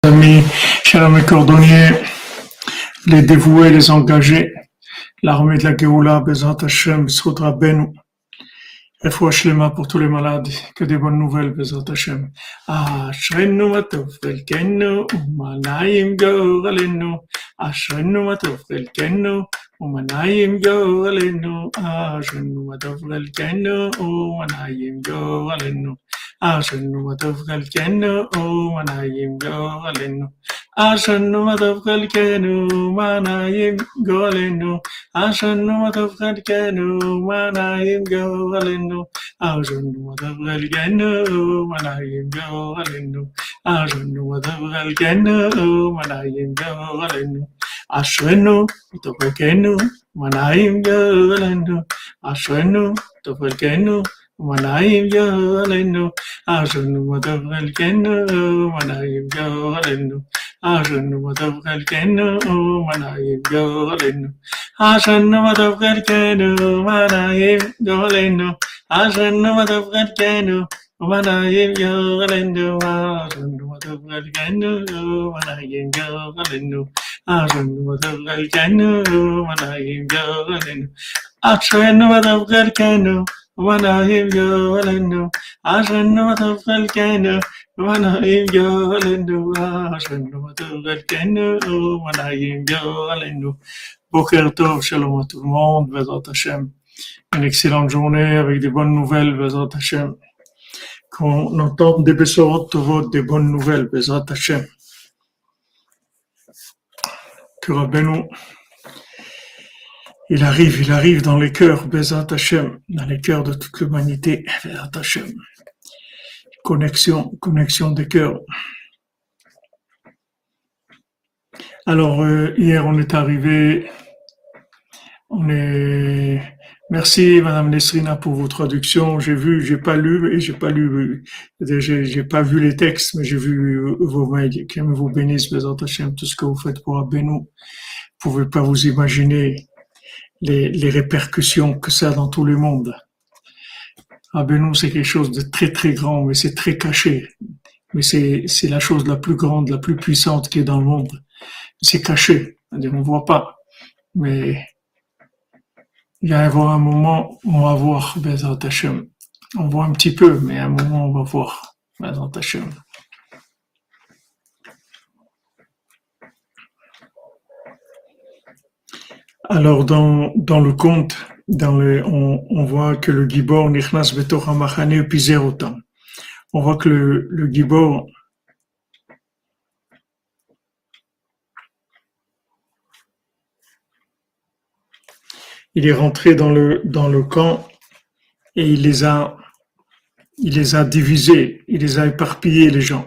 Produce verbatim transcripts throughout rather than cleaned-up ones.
Amis, chers mes cordonniers, les dévoués, les engagés, l'armée de la Géoula, Bezrat Hashem, Srut Rabbeinu, Refoua Shlema pour tous les malades, que des bonnes nouvelles, Bezrat Hashem. Ashrenu matov chelkenu, umanayim goralenu, Ashrenu matov chelkenu, umanayim goralenu, Ashrenu matov chelkenu, umanayim goralenu. Ashenu matov chelkenu, umanayim goralenu. Ashenu matov chelkenu, umanayim goralenu. Ashenu matov chelkenu, umanayim goralenu. Ashenu matov chelkenu, umanayim goralenu. Ashenu matov chelkenu, umanayim goralenu. Ashenu matov chelkenu, umanayim goralenu. Ashenu matov chelkenu, umanayim goralenu. Ashenu matov chelkenu, umanayim goralenu. Ashenu matov chelkenu, umanayim goralenu. Ashenu matov chelkenu, umanayim goralenu. Ashenu matov chelkenu, umanayim goralenu. Ashenu matov chelkenu, umanayim goralenu. Ashenu matov chelkenu, umanayim goralenu. Ashenu matov chelkenu, umanayim goralenu. Ashenu matov chelkenu, umanayim goralenu. Ashenu matov chelkenu, umanayim goralenu. Boker Tov, shalom à tout le monde, Bezrat Hashem. Une excellente journée avec des bonnes nouvelles, Bezrat Hashem. Qu'on entende des Bessorot Tovot, des bonnes nouvelles, Bezrat Hashem. Que Rabbeinu, il arrive, il arrive dans les cœurs, Bezrat Hashem, dans les cœurs de toute l'humanité, Bezrat Hashem. Connexion, connexion des cœurs. Alors, euh, hier, on est arrivé, on est, merci Madame Nesrina pour vos traductions. J'ai vu, j'ai pas lu, et j'ai pas lu, j'ai, j'ai pas vu les textes, mais j'ai vu vos mails. Que vous bénisse, Bezrat Hashem, tout ce que vous faites pour Rabbeinu. Vous pouvez pas vous imaginer les, les répercussions que ça a dans tout le monde. Rabbeinu, c'est quelque chose de très très grand, mais c'est très caché. Mais c'est, c'est la chose la plus grande, la plus puissante qui est dans le monde. C'est caché, c'est-à-dire on ne voit pas. Mais il va y avoir un moment où on va voir Bezrat Hashem. On voit un petit peu, mais à un moment on va voir Bezrat Hashem. Alors dans, dans le conte, dans le, on, on voit que le Gibor Nichnas Betor HaMachane Pizer Otam. On voit que le, le Gibor, il est rentré dans le, dans le camp et il les a, il les a divisés, il les a éparpillés, les gens.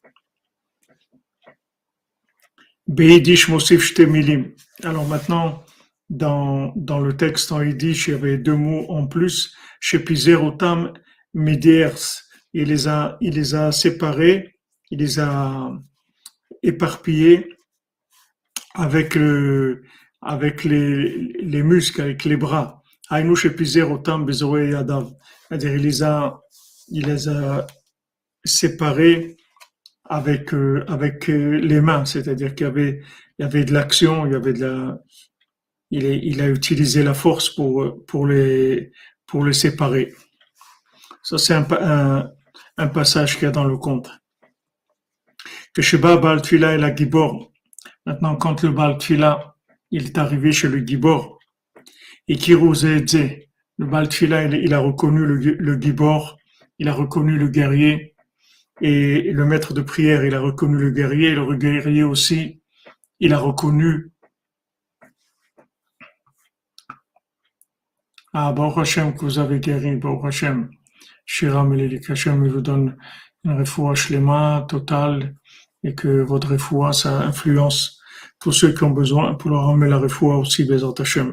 Be'edish Mosif Shte Milim. Alors maintenant, dans, dans le texte en Yiddish, il y avait deux mots en plus, Shepizer Otam Mediers. Il les a, il les a séparés, il les a éparpillés avec le, avec les, les muscles, avec les bras. C'est-à-dire, il les a, il les a séparés avec, euh, avec les mains. C'est-à-dire qu'il y avait, il y avait de l'action, il y avait de la, il, est, il a utilisé la force pour, pour les, pour les séparer. Ça, c'est un, un, un passage qu'il y a dans le conte. Que Sheba Baal Tfila et la Gibor. Maintenant, quand le Baal Tfila, il est arrivé chez le Gibor, et Kiruzedze, le Baal Tfila, il, il a reconnu le, le Gibor, il a reconnu le guerrier, et le maître de prière, il a reconnu le guerrier, et le guerrier aussi, il a reconnu. Ah, Baruch Hashem, que vous avez guéri, Baruch Hashem. Shiram et Hashem, il vous donne une refoua shlema totale, et que votre refoua, ça influence tous ceux qui ont besoin pour leur ramener la refoua aussi, Bezrat Hashem.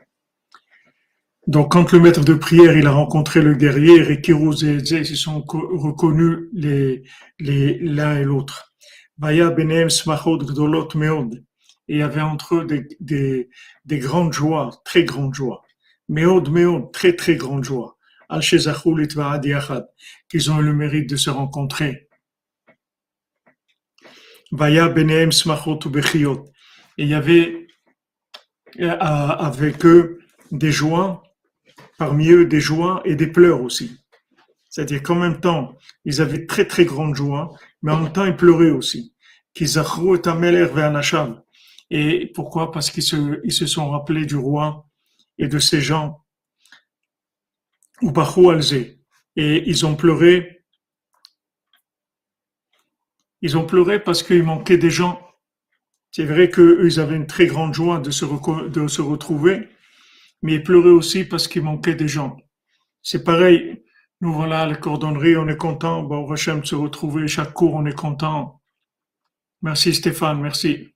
Donc, quand le maître de prière, il a rencontré le guerrier, Rekiru Zeze, ils se sont reconnus les, les, l'un et l'autre. Vaya benem smachot gdolot meod. Et il y avait entre eux des, des, des grandes joies, très grandes joies. Meod, meod, très, très grandes joies. Al shezachu litvaad yachad. Qu'ils ont eu le mérite de se rencontrer. Vaya benehem smachot ubechiyot. Et il y avait euh, avec eux des joies, parmi eux des joies et des pleurs aussi. C'est-à-dire qu'en même temps, ils avaient très très grande joie, mais en même temps ils pleuraient aussi. Qu'ils achrou et ameler ve'anasham. Et pourquoi? Parce qu'ils se, ils se sont rappelés du roi et de ces gens, ou Bachou Alzé. Et ils ont pleuré, ils ont pleuré parce qu'il manquait des gens. C'est vrai qu'eux, ils avaient une très grande joie de se, de se retrouver, mais ils pleuraient aussi parce qu'il manquait des gens. C'est pareil. Nous voilà à la cordonnerie, on est content. Bon, Hachem de se retrouver chaque cours, on est content. Merci Stéphane, merci.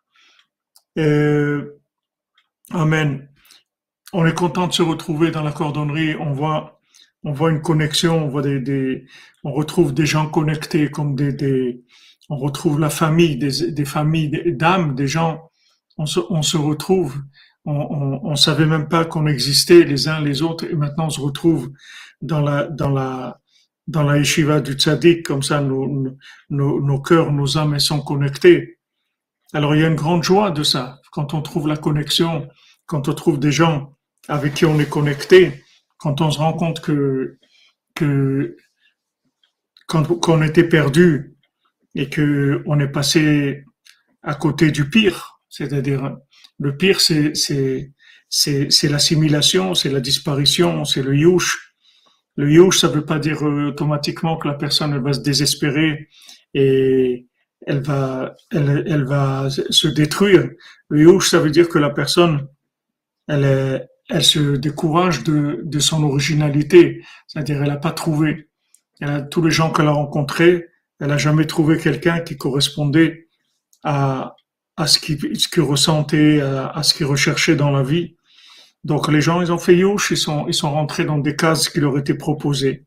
Euh, amen. On est content de se retrouver dans la cordonnerie. On voit, on voit une connexion, on voit des, des on retrouve des gens connectés comme des, des on retrouve la famille, des, des familles d'âmes, des gens. On se, on se retrouve. On, on, on savait même pas qu'on existait les uns les autres et maintenant on se retrouve dans la, dans la, dans la yeshiva du tzaddik. Comme ça, nos, nos, nos cœurs, nos âmes, elles sont connectées. Alors il y a une grande joie de ça. Quand on trouve la connexion, quand on trouve des gens avec qui on est connecté, quand on se rend compte que, que quand, qu'on était perdu et que on est passé à côté du pire, c'est-à-dire le pire, c'est c'est c'est, c'est l'assimilation, c'est la disparition, c'est le youch. Le youch, ça veut pas dire automatiquement que la personne elle va se désespérer et elle va elle, elle va se détruire. Le youch, ça veut dire que la personne elle est, elle se décourage de, de son originalité, c'est-à-dire elle n'a pas trouvé. Elle a, tous les gens qu'elle a rencontrés, elle n'a jamais trouvé quelqu'un qui correspondait à, à ce qu'il ce qu'il ressentait, à, à ce qu'il recherchait dans la vie. Donc les gens, ils ont fait youch, ils sont, ils sont rentrés dans des cases qui leur étaient proposées.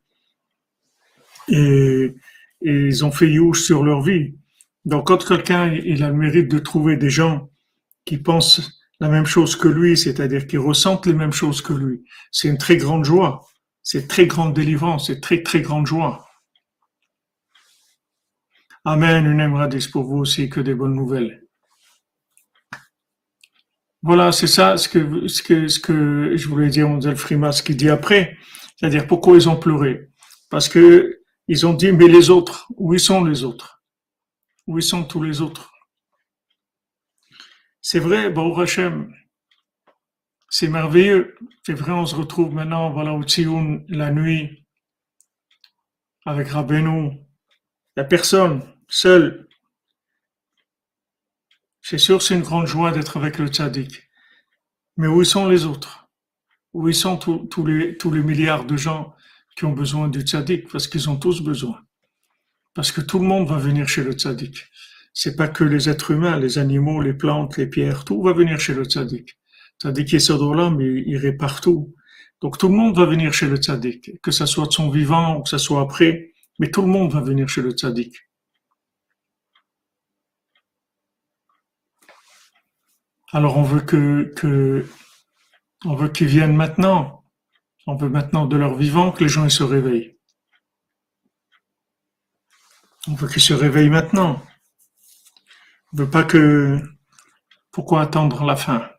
Et, et ils ont fait youch sur leur vie. Donc quand quelqu'un il a le mérite de trouver des gens qui pensent la même chose que lui, c'est-à-dire qui ressentent les mêmes choses que lui. C'est une très grande joie. C'est très grande délivrance, c'est très très grande joie. Amen, une émradis pour vous aussi, que des bonnes nouvelles. Voilà, c'est ça ce que, ce que, ce que je voulais dire, Monsel Frima, ce qu'il dit après. C'est-à-dire pourquoi ils ont pleuré. Parce que ils ont dit, mais les autres, où ils sont les autres? Où ils sont tous les autres? C'est vrai, Baruch Hashem, c'est merveilleux. C'est vrai, on se retrouve maintenant, voilà, au Tsioun, la nuit, avec Rabbeinu. Il n'y a personne, seul. C'est sûr, c'est une grande joie d'être avec le tzaddik. Mais où sont les autres? Où sont tous, tous les, tous les milliards de gens qui ont besoin du tzaddik? Parce qu'ils ont tous besoin. Parce que tout le monde va venir chez le tzaddik. C'est pas que les êtres humains, les animaux, les plantes, les pierres, tout va venir chez le tzaddik. Tzaddik est là, mais il irait partout. Donc tout le monde va venir chez le tzaddik, que ça soit de son vivant ou que ça soit après, mais tout le monde va venir chez le tzaddik. Alors on veut que, que on veut qu'ils viennent maintenant. On veut maintenant de leur vivant que les gens ils se réveillent. On veut qu'ils se réveillent maintenant. On veut pas que. Pourquoi attendre la fin?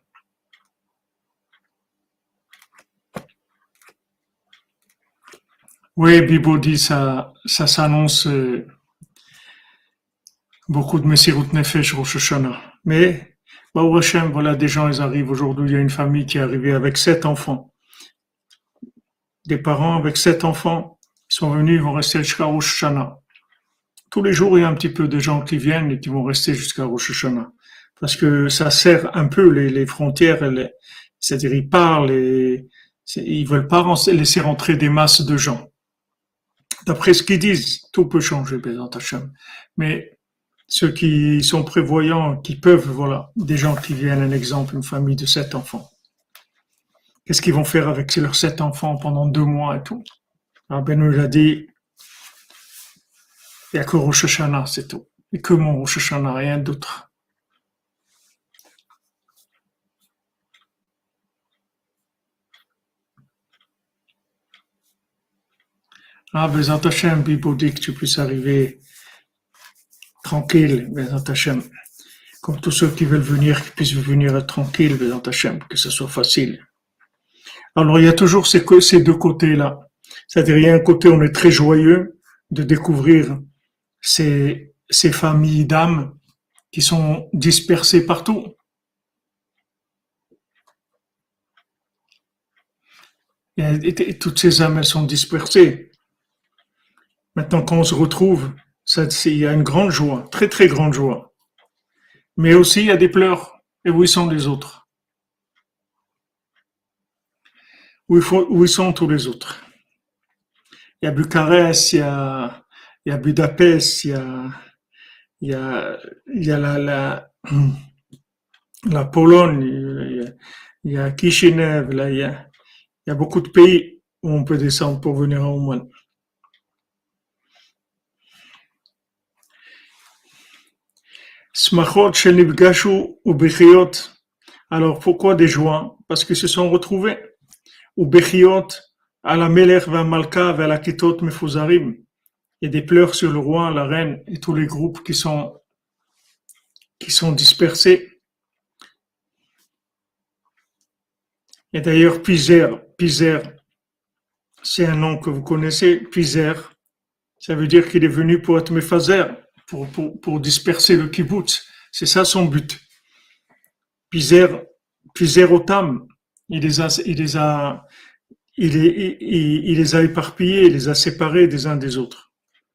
Oui, Bibo dit ça, ça s'annonce euh, beaucoup de Messirut Nefesh Rosh Hashanah. Mais, Baruch Hashem, voilà, des gens, ils arrivent aujourd'hui. Il y a une famille qui est arrivée avec sept enfants. Des parents avec sept enfants. Ils sont venus, ils vont rester jusqu'à Rosh Hashanah. Tous les jours, il y a un petit peu de gens qui viennent et qui vont rester jusqu'à Rosh Hashanah. Parce que ça sert un peu les, les frontières, les, c'est-à-dire ils parlent et ils veulent pas laisser rentrer des masses de gens. D'après ce qu'ils disent, tout peut changer, Bézant Hachem. Mais ceux qui sont prévoyants, qui peuvent, voilà, des gens qui viennent, un exemple, une famille de sept enfants. Qu'est-ce qu'ils vont faire avec leurs sept enfants pendant deux mois et tout? Alors Ben nous a dit, il n'y a que Rosh Hashanah, c'est tout. Et que mon Rosh Hashanah, rien d'autre. Ah, Bézant Hachem, Bibo dit que tu puisses arriver tranquille, Bezat Hashem. Comme tous ceux qui veulent venir, qui puissent venir être tranquilles, Bezat Hashem, que ce soit facile. Alors, il y a toujours ces, ces deux côtés-là. C'est-à-dire, il y a un côté, on est très joyeux de découvrir ces, ces familles d'âmes qui sont dispersées partout. Et, et, et toutes ces âmes, elles sont dispersées. Maintenant, quand on se retrouve, ça, il y a une grande joie, très très grande joie. Mais aussi, il y a des pleurs. Et où sont les autres? Où, il faut, où sont tous les autres? Il y a Bucarest, il y a, il y a Budapest, il y a, il y a, il y a la, la, la Pologne, il y a, il y a Kishinev, là, il y a, il y a beaucoup de pays où on peut descendre pour venir en Oman. Smachot shel nifgashu ubechiot. Alors pourquoi des joies? Parce qu'ils se sont retrouvés. Ubechiot ala melech va malka va la kitot mefuzarim. Il y a des pleurs sur le roi, la reine et tous les groupes qui sont qui sont dispersés. Et d'ailleurs Pizer, Pizer, c'est un nom que vous connaissez. Pizer, ça veut dire qu'il est venu pour être mefazer. Pour, pour, pour disperser le kibbutz. C'est ça son but. Pizer, Pizer Otam, il les a, il les a, il, il, il, il les a éparpillés, il les a séparés des uns des autres.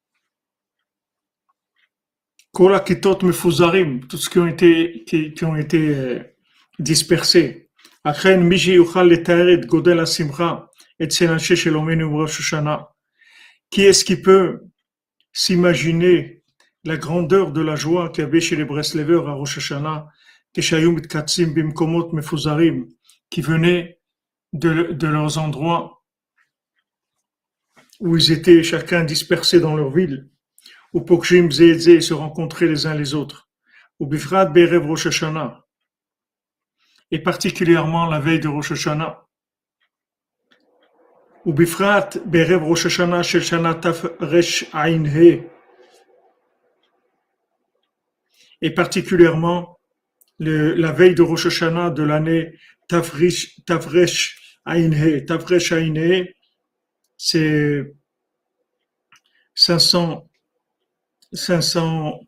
Kol hakitot mefuzarim, tout ce qui ont été, qui, qui ont été euh, dispersés. Achen mishi yuchal letaer et godel hasimcha et tsenanche shelomenu Rosh Hashanah. Qui est-ce qui peut s'imaginer la grandeur de la joie qu'il y avait chez les Breslevers à Rosh Hashanah, qui venaient de, de leurs endroits où ils étaient chacun dispersés dans leur ville, où Pokshim Zézé se rencontraient les uns les autres, ou Bifrat Berev Rosh Hashanah, et particulièrement la veille de Rosh Hashanah, ou Bifrat Berev Rosh Hashanah Shel Shana Tafresh Ain He, et particulièrement le, la veille de Rosh Hashanah de l'année Tafresh Ain He. Tafresh Ain He, c'est cinq cents, cinq cent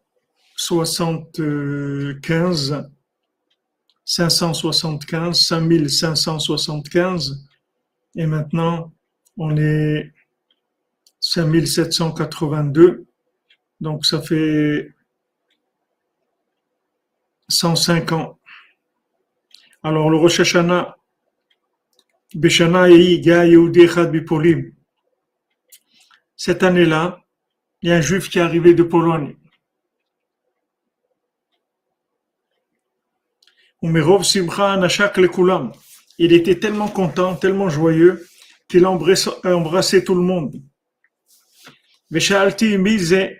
soixante-quinze, cinq cent soixante-quinze, cinq mille cinq cent soixante-quinze, et maintenant on est cinq mille sept cent quatre-vingt-deux, donc ça fait cent cinq ans. Alors le Rosh Hashanah, Beshana Yehi Ga Yehudi Echad Bipolim. Cette année-là, il y a un juif qui est arrivé de Pologne. Umerov Simcha Nashak Lekulam. Il était tellement content, tellement joyeux, qu'il a embrassé, embrassé tout le monde. Veshalti Mize.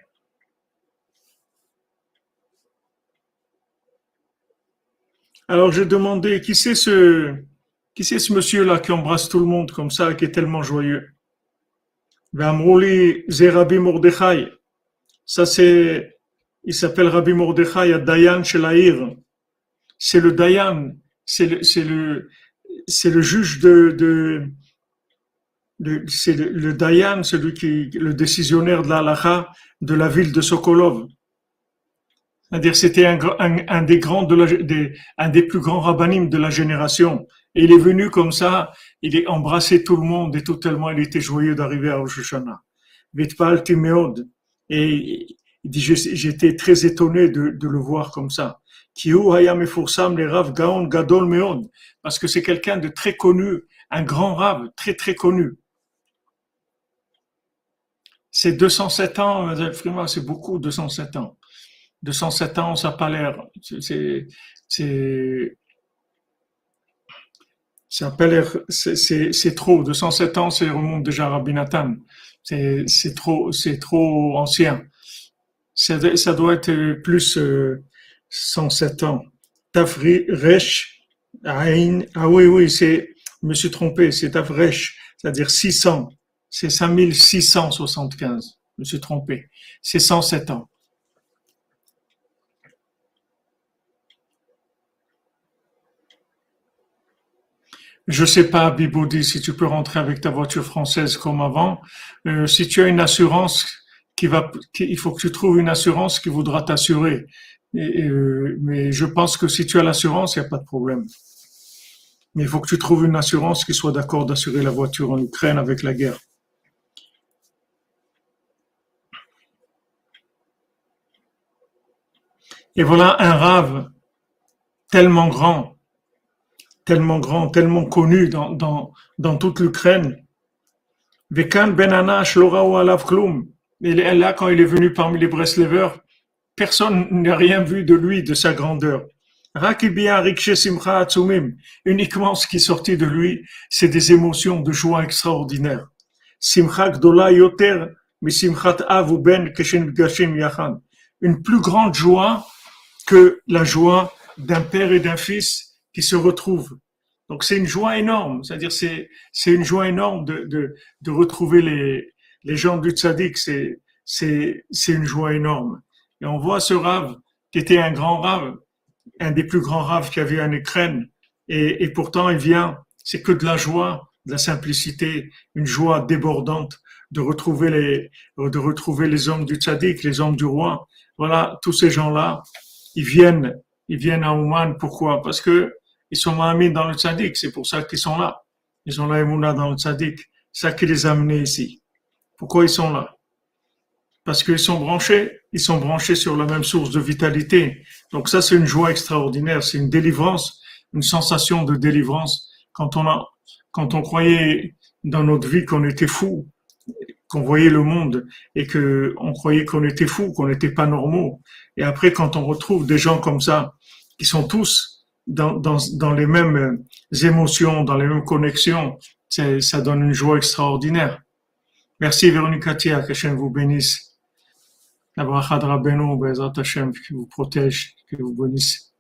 Alors j'ai demandé, qui c'est ce, qui c'est ce monsieur-là qui embrasse tout le monde comme ça, qui est tellement joyeux? Ve'amrouli ze Rabbi Mordechai. Ça c'est, il s'appelle Rabbi Mordechai à Dayan Shelaïr. C'est le Dayan, c'est le, c'est le, c'est le juge de, de, de c'est le, le Dayan, celui qui, le décisionnaire de la halacha de la ville de Sokolov. C'est-à-dire, c'était un, un, un des grands de la, des, un des plus grands rabbinim de la génération. Et il est venu comme ça, il a embrassé tout le monde et tout tellement il était joyeux d'arriver à Rosh Hashanah. Vitpalti meod. Et il dit, j'étais très étonné de, de le voir comme ça. Kihu hayam efursam le Rav Gaon Gadol meod. Parce que c'est quelqu'un de très connu, un grand Rav, très très connu. C'est deux cent sept ans, c'est beaucoup, deux cent sept ans. deux cent sept ans, ça n'a pas l'air, c'est, c'est, ça n'a pas l'air, c'est, c'est, c'est trop. deux cent sept ans, c'est remonte déjà à Rabbi Nathan. C'est, c'est trop, c'est trop ancien. Ça, ça doit être plus euh, cent sept ans. Tafri Resh Ain, ah oui, oui, c'est, je me suis trompé, c'est Tafresh, c'est-à-dire six cents. C'est cinq mille six cent soixante-quinze. Je me suis trompé. C'est cent sept ans. Je sais pas, Biboudi, si tu peux rentrer avec ta voiture française comme avant. Euh, si tu as une assurance qui va, qui- il faut que tu trouves une assurance qui voudra t'assurer. Et, et, euh, mais je pense que si tu as l'assurance, il n'y a pas de problème. Mais il faut que tu trouves une assurance qui soit d'accord d'assurer la voiture en Ukraine avec la guerre. Et voilà un rave tellement grand, tellement grand, tellement connu dans, dans, dans toute l'Ukraine. Vekan Ben Anash Lorao Alav Klum. Et là, quand il est venu parmi les Breslevers, personne n'a rien vu de lui, de sa grandeur. Rakibia Rikshe Simcha Atsumim. Uniquement ce qui est sorti de lui, c'est des émotions de joie extraordinaires. Simcha Gdola Yoter, mi Simchat Av ou Ben Keshen Gashim Yachan. Une plus grande joie que la joie d'un père et d'un fils qui se retrouvent. Donc c'est une joie énorme, c'est-à-dire c'est c'est une joie énorme de de de retrouver les les gens du tzaddik, c'est c'est c'est une joie énorme. Et on voit ce rave qui était un grand rave, un des plus grands raves qu'il y avait en Ukraine, et et pourtant il vient, c'est que de la joie, de la simplicité, une joie débordante de retrouver les de retrouver les hommes du tzaddik, les hommes du roi. Voilà, tous ces gens-là, ils viennent ils viennent à Ouman. Pourquoi? Parce que ils sont mahamim dans le tzaddik, c'est pour ça qu'ils sont là. Ils ont la émouna dans le tzaddik. C'est ça qui les a amenés ici. Pourquoi ils sont là? Parce qu'ils sont branchés, ils sont branchés sur la même source de vitalité. Donc ça, c'est une joie extraordinaire, c'est une délivrance, une sensation de délivrance. Quand on a, quand on croyait dans notre vie qu'on était fou, qu'on voyait le monde et que on croyait qu'on était fou, qu'on n'était pas normaux. Et après, quand on retrouve des gens comme ça, qui sont tous dans, dans, dans les mêmes émotions, dans les mêmes connexions, c'est, ça donne une joie extraordinaire. Merci Véronica Tia, que Hachem vous bénisse. La bracha de Rabbeinu, Bezrat Hachem, qui vous protège, qui vous bénisse.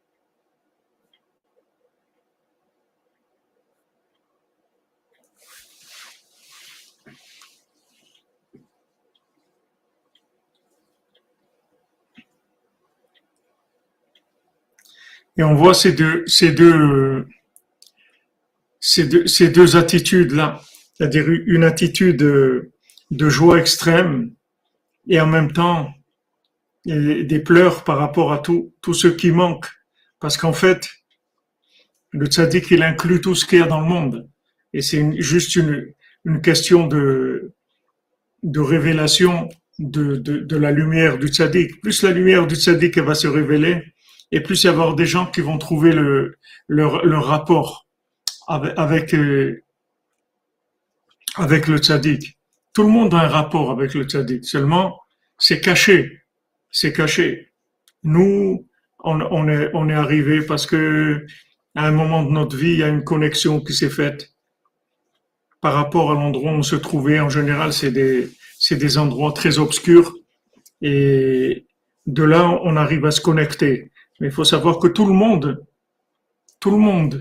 Et on voit ces deux, ces deux, ces deux, ces deux attitudes-là. C'est-à-dire une attitude de, de joie extrême et en même temps des pleurs par rapport à tout, tout ce qui manque. Parce qu'en fait, le tzaddik, il inclut tout ce qu'il y a dans le monde. Et c'est une, juste une, une question de, de révélation de, de, de la lumière du tzaddik. Plus la lumière du tzaddik elle va se révéler, et plus il y va y avoir des gens qui vont trouver le, leur, leur rapport avec, avec, euh, avec le tzaddik. Tout le monde a un rapport avec le tzaddik. Seulement, c'est caché. C'est caché. Nous, on, on est, on est arrivé parce que à un moment de notre vie, il y a une connexion qui s'est faite par rapport à l'endroit où on se trouvait. En général, c'est des, c'est des endroits très obscurs et de là, on arrive à se connecter. Mais il faut savoir que tout le monde, tout le monde,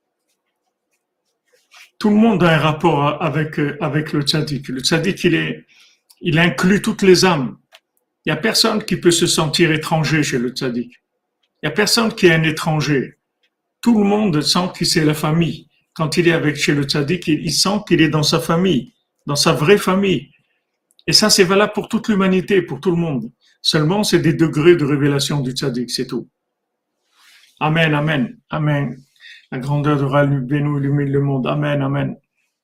tout le monde a un rapport avec, avec le tzaddik. Le tzaddik, il est, il inclut toutes les âmes. Il n'y a personne qui peut se sentir étranger chez le tzaddik. Il n'y a personne qui est un étranger. Tout le monde sent que c'est la famille. Quand il est avec chez le tzaddik, il sent qu'il est dans sa famille, dans sa vraie famille. Et ça, c'est valable pour toute l'humanité, pour tout le monde. Seulement, c'est des degrés de révélation du tzaddik, c'est tout. Amen, amen, amen. La grandeur de Rabbeinu illumine le monde. Amen, amen.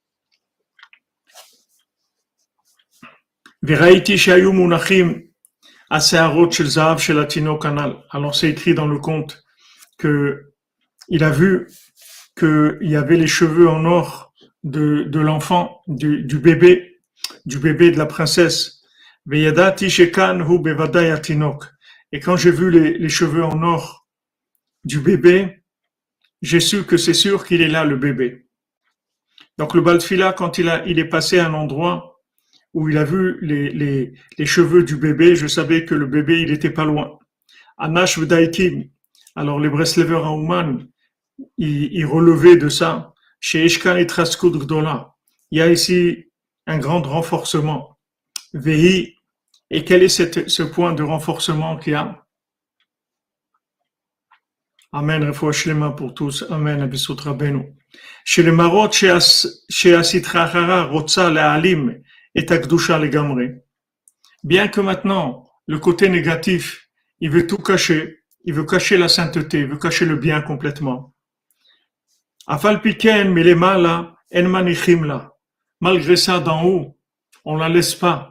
Veraïti shayu munachim aseharot shel zahav shel atino kanal. Alors, c'est écrit dans le conte que il a vu qu'il y avait les cheveux en or de, de l'enfant, du, du bébé, du bébé de la princesse. Veyadati shekan hu bevadai atinok. Et quand j'ai vu les, les cheveux en or du bébé, j'ai su que c'est sûr qu'il est là, le bébé. Donc le Baltfila, quand il, a, il est passé à un endroit où il a vu les, les, les cheveux du bébé, je savais que le bébé, il était pas loin. Anash v'daikim. Alors les Breslevers à Ouman, ils, ils relevaient de ça. Chez Eshkan et Traskoud Gdola, il y a ici un grand renforcement. Vehi. Et quel est cette, ce point de renforcement qu'il y a? Amen, refoua shlema pour tous. Amen, abisut rabbeinu. שלמראות שהס- שהסטרא אחרא רוצה להעלים את הקדושה לגמרי, bien que maintenant, le côté négatif, il veut tout cacher, il veut cacher la sainteté, il veut cacher le bien complètement. Afal piken, mais les malas, en manichim là. Malgré ça, d'en haut, on la laisse pas.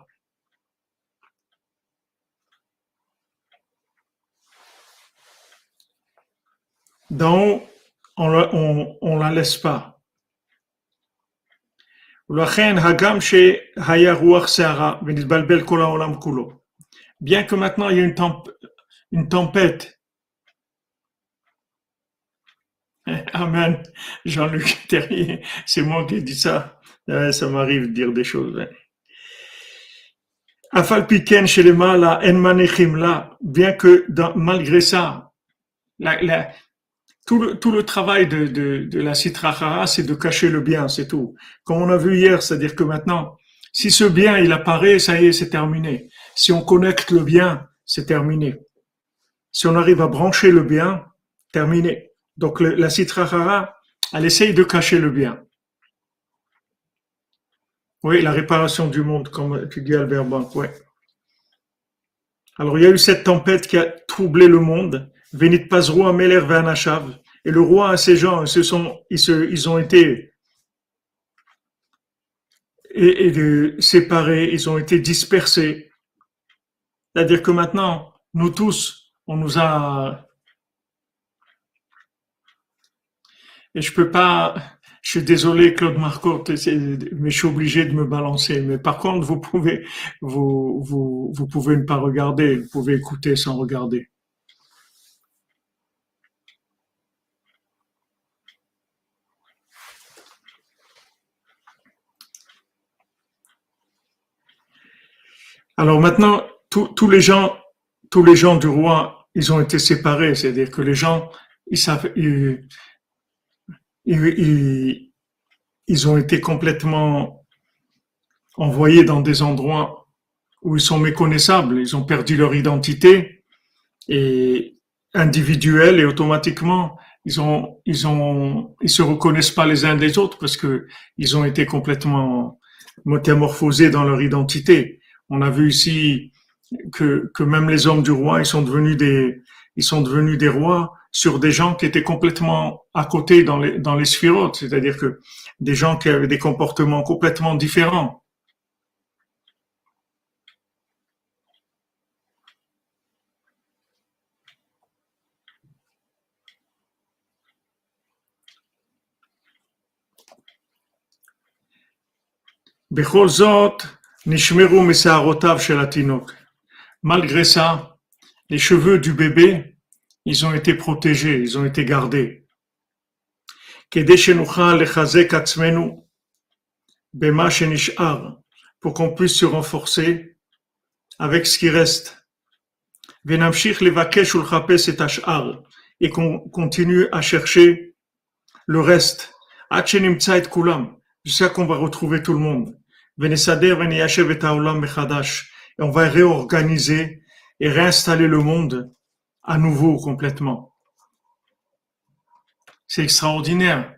D'en haut, on la, on, on la laisse pas. ולכן, הגם שהיה רוח סערה ונתבלבל כל העולם כולו. Bien que maintenant il y a une, temp- une tempête. Amen. Jean-Luc Terrier, c'est moi qui ai dit ça. Ouais, ça m'arrive de dire des choses. hein. Afal piken chez les malas, en manichim là, bien que dans- malgré ça, la, la, tout, le, tout le travail de, de, de la Sitra Achara, c'est de cacher le bien, c'est tout. Comme on a vu hier, c'est-à-dire que maintenant, si ce bien il apparaît, ça y est, c'est terminé. Si on connecte le bien, c'est terminé. Si on arrive à brancher le bien, terminé. Donc le, la Sitra Achara, elle essaye de cacher le bien. Oui, la réparation du monde, comme tu dis Albert Bank, ouais. Alors il y a eu cette tempête qui a troublé le monde. Venit Pazrou Ameler Ve'anachav. Et le roi et ses gens, ils se sont, ils se, ils ont été et, et de, séparés, ils ont été dispersés. C'est-à-dire que maintenant, nous tous, on nous a, et je peux pas, je suis désolé Claude Marcotte, mais je suis obligé de me balancer. Mais par contre, vous pouvez, vous, vous, vous pouvez ne pas regarder, vous pouvez écouter sans regarder. Alors maintenant, tous tous les gens, tous les gens du roi, ils ont été séparés. C'est-à-dire que les gens, ils savent, ils, ils, ils, ils ont été complètement envoyés dans des endroits où ils sont méconnaissables. Ils ont perdu leur identité et individuelle et automatiquement, ils ont, ils ont, ils se reconnaissent pas les uns des autres parce que ils ont été complètement métamorphosés dans leur identité. On a vu ici que, que même les hommes du roi, ils sont devenus des, ils sont devenus des rois sur des gens qui étaient complètement à côté dans les, dans les sphirotes, c'est-à-dire que des gens qui avaient des comportements complètement différents. בכל זאת, נשמרו משערותיו של התינוק. Malgré ça, les cheveux du bébé, ils ont été protégés, ils ont été gardés. כדי שנוכל לחזק עצמנו במה שנשאר, pour qu'on puisse se renforcer avec ce qui reste. ונמשיך לבקש ולחפש את השאר, et qu'on continue à chercher le reste. עד שנמצא את כולם, jusqu'à qu'on va retrouver tout le monde. ונסדר וניישב את העולם מחדש, et on va réorganiser et réinstaller le monde à nouveau complètement. C'est extraordinaire.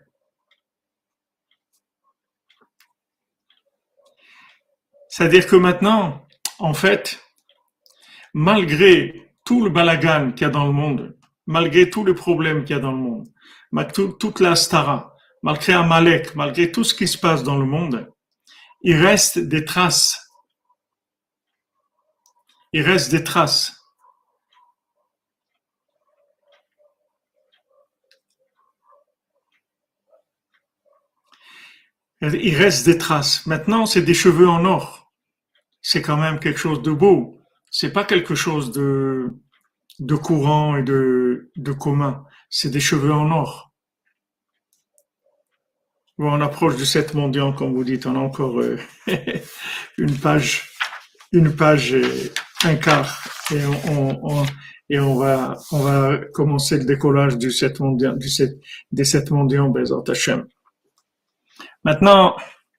C'est-à-dire que maintenant, en fait, malgré tout le balagan qu'il y a dans le monde, malgré tous les problèmes qu'il y a dans le monde, malgré toute la stara, malgré Amalek, malgré tout ce qui se passe dans le monde, il reste des traces. Il reste des traces. Il reste des traces. Maintenant, c'est des cheveux en or. C'est quand même quelque chose de beau. C'est pas quelque chose de, de courant et de, de commun. C'est des cheveux en or. Bon, on approche du sept mondial, comme vous dites. On a encore euh, une page, une page, et un quart, et on, on, on, et on va, on va commencer le décollage du sept mondial, du sept, des sept mondiaux, Bezat Hashem. Maintenant,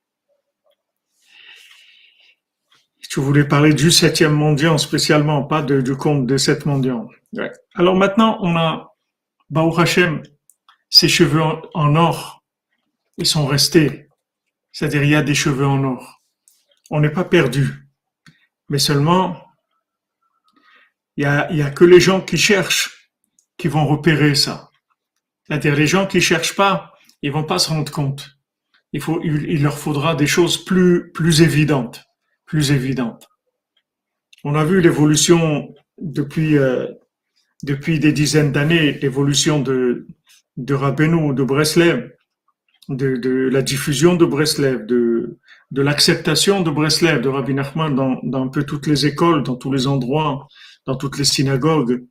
je voulais parler du septième mondial spécialement, pas de, du compte des sept mondiaux. Ouais. Alors maintenant, on a, Baruch Hashem, ses cheveux en, en or, ils sont restés. C'est-à-dire, il y a des cheveux en or. On n'est pas perdu. Mais seulement, il y a, il y a que les gens qui cherchent qui vont repérer ça. C'est-à-dire, les gens qui cherchent pas, ils vont pas se rendre compte. Il faut, il, il leur faudra des choses plus, plus évidentes, plus évidentes. On a vu l'évolution depuis, euh, depuis des dizaines d'années, l'évolution de, de Rabbeinu, de Breslev, de, de la diffusion de Breslev, de, de l'acceptation de Breslev, de Rabbi Nachman dans, dans un peu toutes les écoles, dans tous les endroits, dans toutes les synagogues.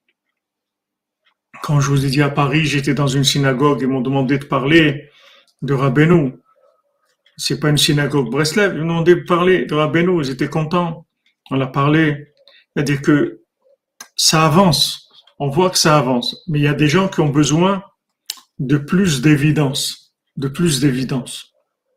Quand je vous ai dit à Paris, j'étais dans une synagogue, ils m'ont demandé de parler de Rabbeinu. C'est pas une synagogue Breslev, ils m'ont demandé de parler de Rabbeinu, ils étaient contents. On a parlé. C'est-à-dire que ça avance. On voit que ça avance. Mais il y a des gens qui ont besoin de plus d'évidence. De plus d'évidence.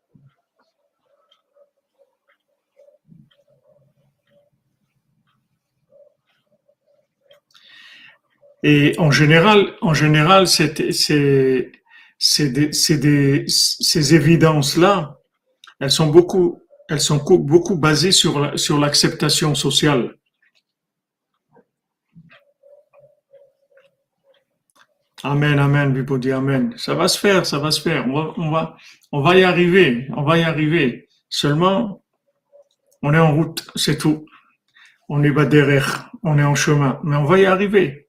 Et en général, en général, c'est, c'est, c'est des, c'est des, ces évidences-là, elles sont beaucoup, elles sont beaucoup basées sur la- sur l'acceptation sociale. Amen, amen, Bipodi, amen. Ça va se faire, ça va se faire. On va, on va, on va y arriver, on va y arriver. Seulement, on est en route, c'est tout. On est bas derrière, on est en chemin, mais on va y arriver.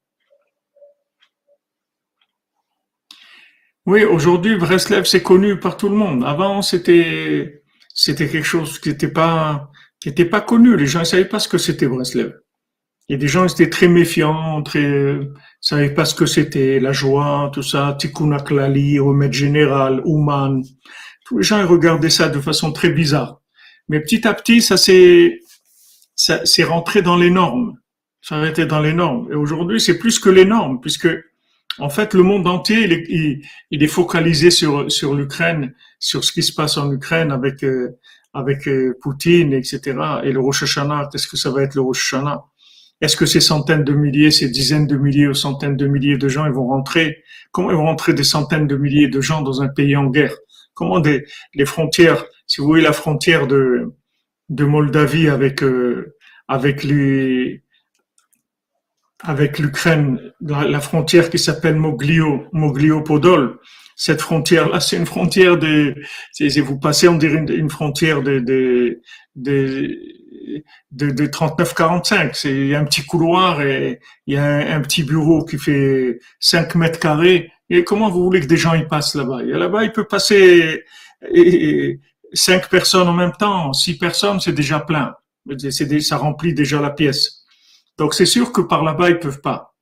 Oui, aujourd'hui, Breslev, c'est connu par tout le monde. Avant, c'était, c'était quelque chose qui n'était pas, qui était pas connu. Les gens ne savaient pas ce que c'était Breslev. Il y a des gens qui étaient très méfiants, très, euh, savaient pas ce que c'était, la joie, tout ça, Tikkun Klali, remède général, Ouman. Tous les gens ils regardaient ça de façon très bizarre. Mais petit à petit, ça s'est, ça s'est rentré dans les normes. Ça a été dans les normes. Et aujourd'hui, c'est plus que les normes, puisque en fait, le monde entier, il est, il, il est focalisé sur sur l'Ukraine, sur ce qui se passe en Ukraine avec euh, avec euh, Poutine, et cetera. Et le Rosh Hashanah, qu'est-ce que ça va être le Rosh Hashanah? Est-ce que ces centaines de milliers, ces dizaines de milliers ou centaines de milliers de gens, ils vont rentrer? Comment ils vont rentrer des centaines de milliers de gens dans un pays en guerre? Comment des, les frontières, si vous voyez la frontière de, de Moldavie avec, euh, avec les, avec l'Ukraine, la, la frontière qui s'appelle Moglio, Moglio-Podol, cette frontière-là, c'est une frontière de, c'est, c'est- vous passez, on dirait une, une frontière de, de, de, de, de trente-neuf quarante-cinq. C'est, il y a un petit couloir et il y a un, un petit bureau qui fait cinq mètres carrés. Et comment vous voulez que des gens y passent là-bas? Et là-bas, il peut passer et- et cinq personnes en même temps, six personnes, c'est déjà plein. C'est, des- ça remplit déjà la pièce. Donc c'est sûr que par là-bas, ils peuvent pas.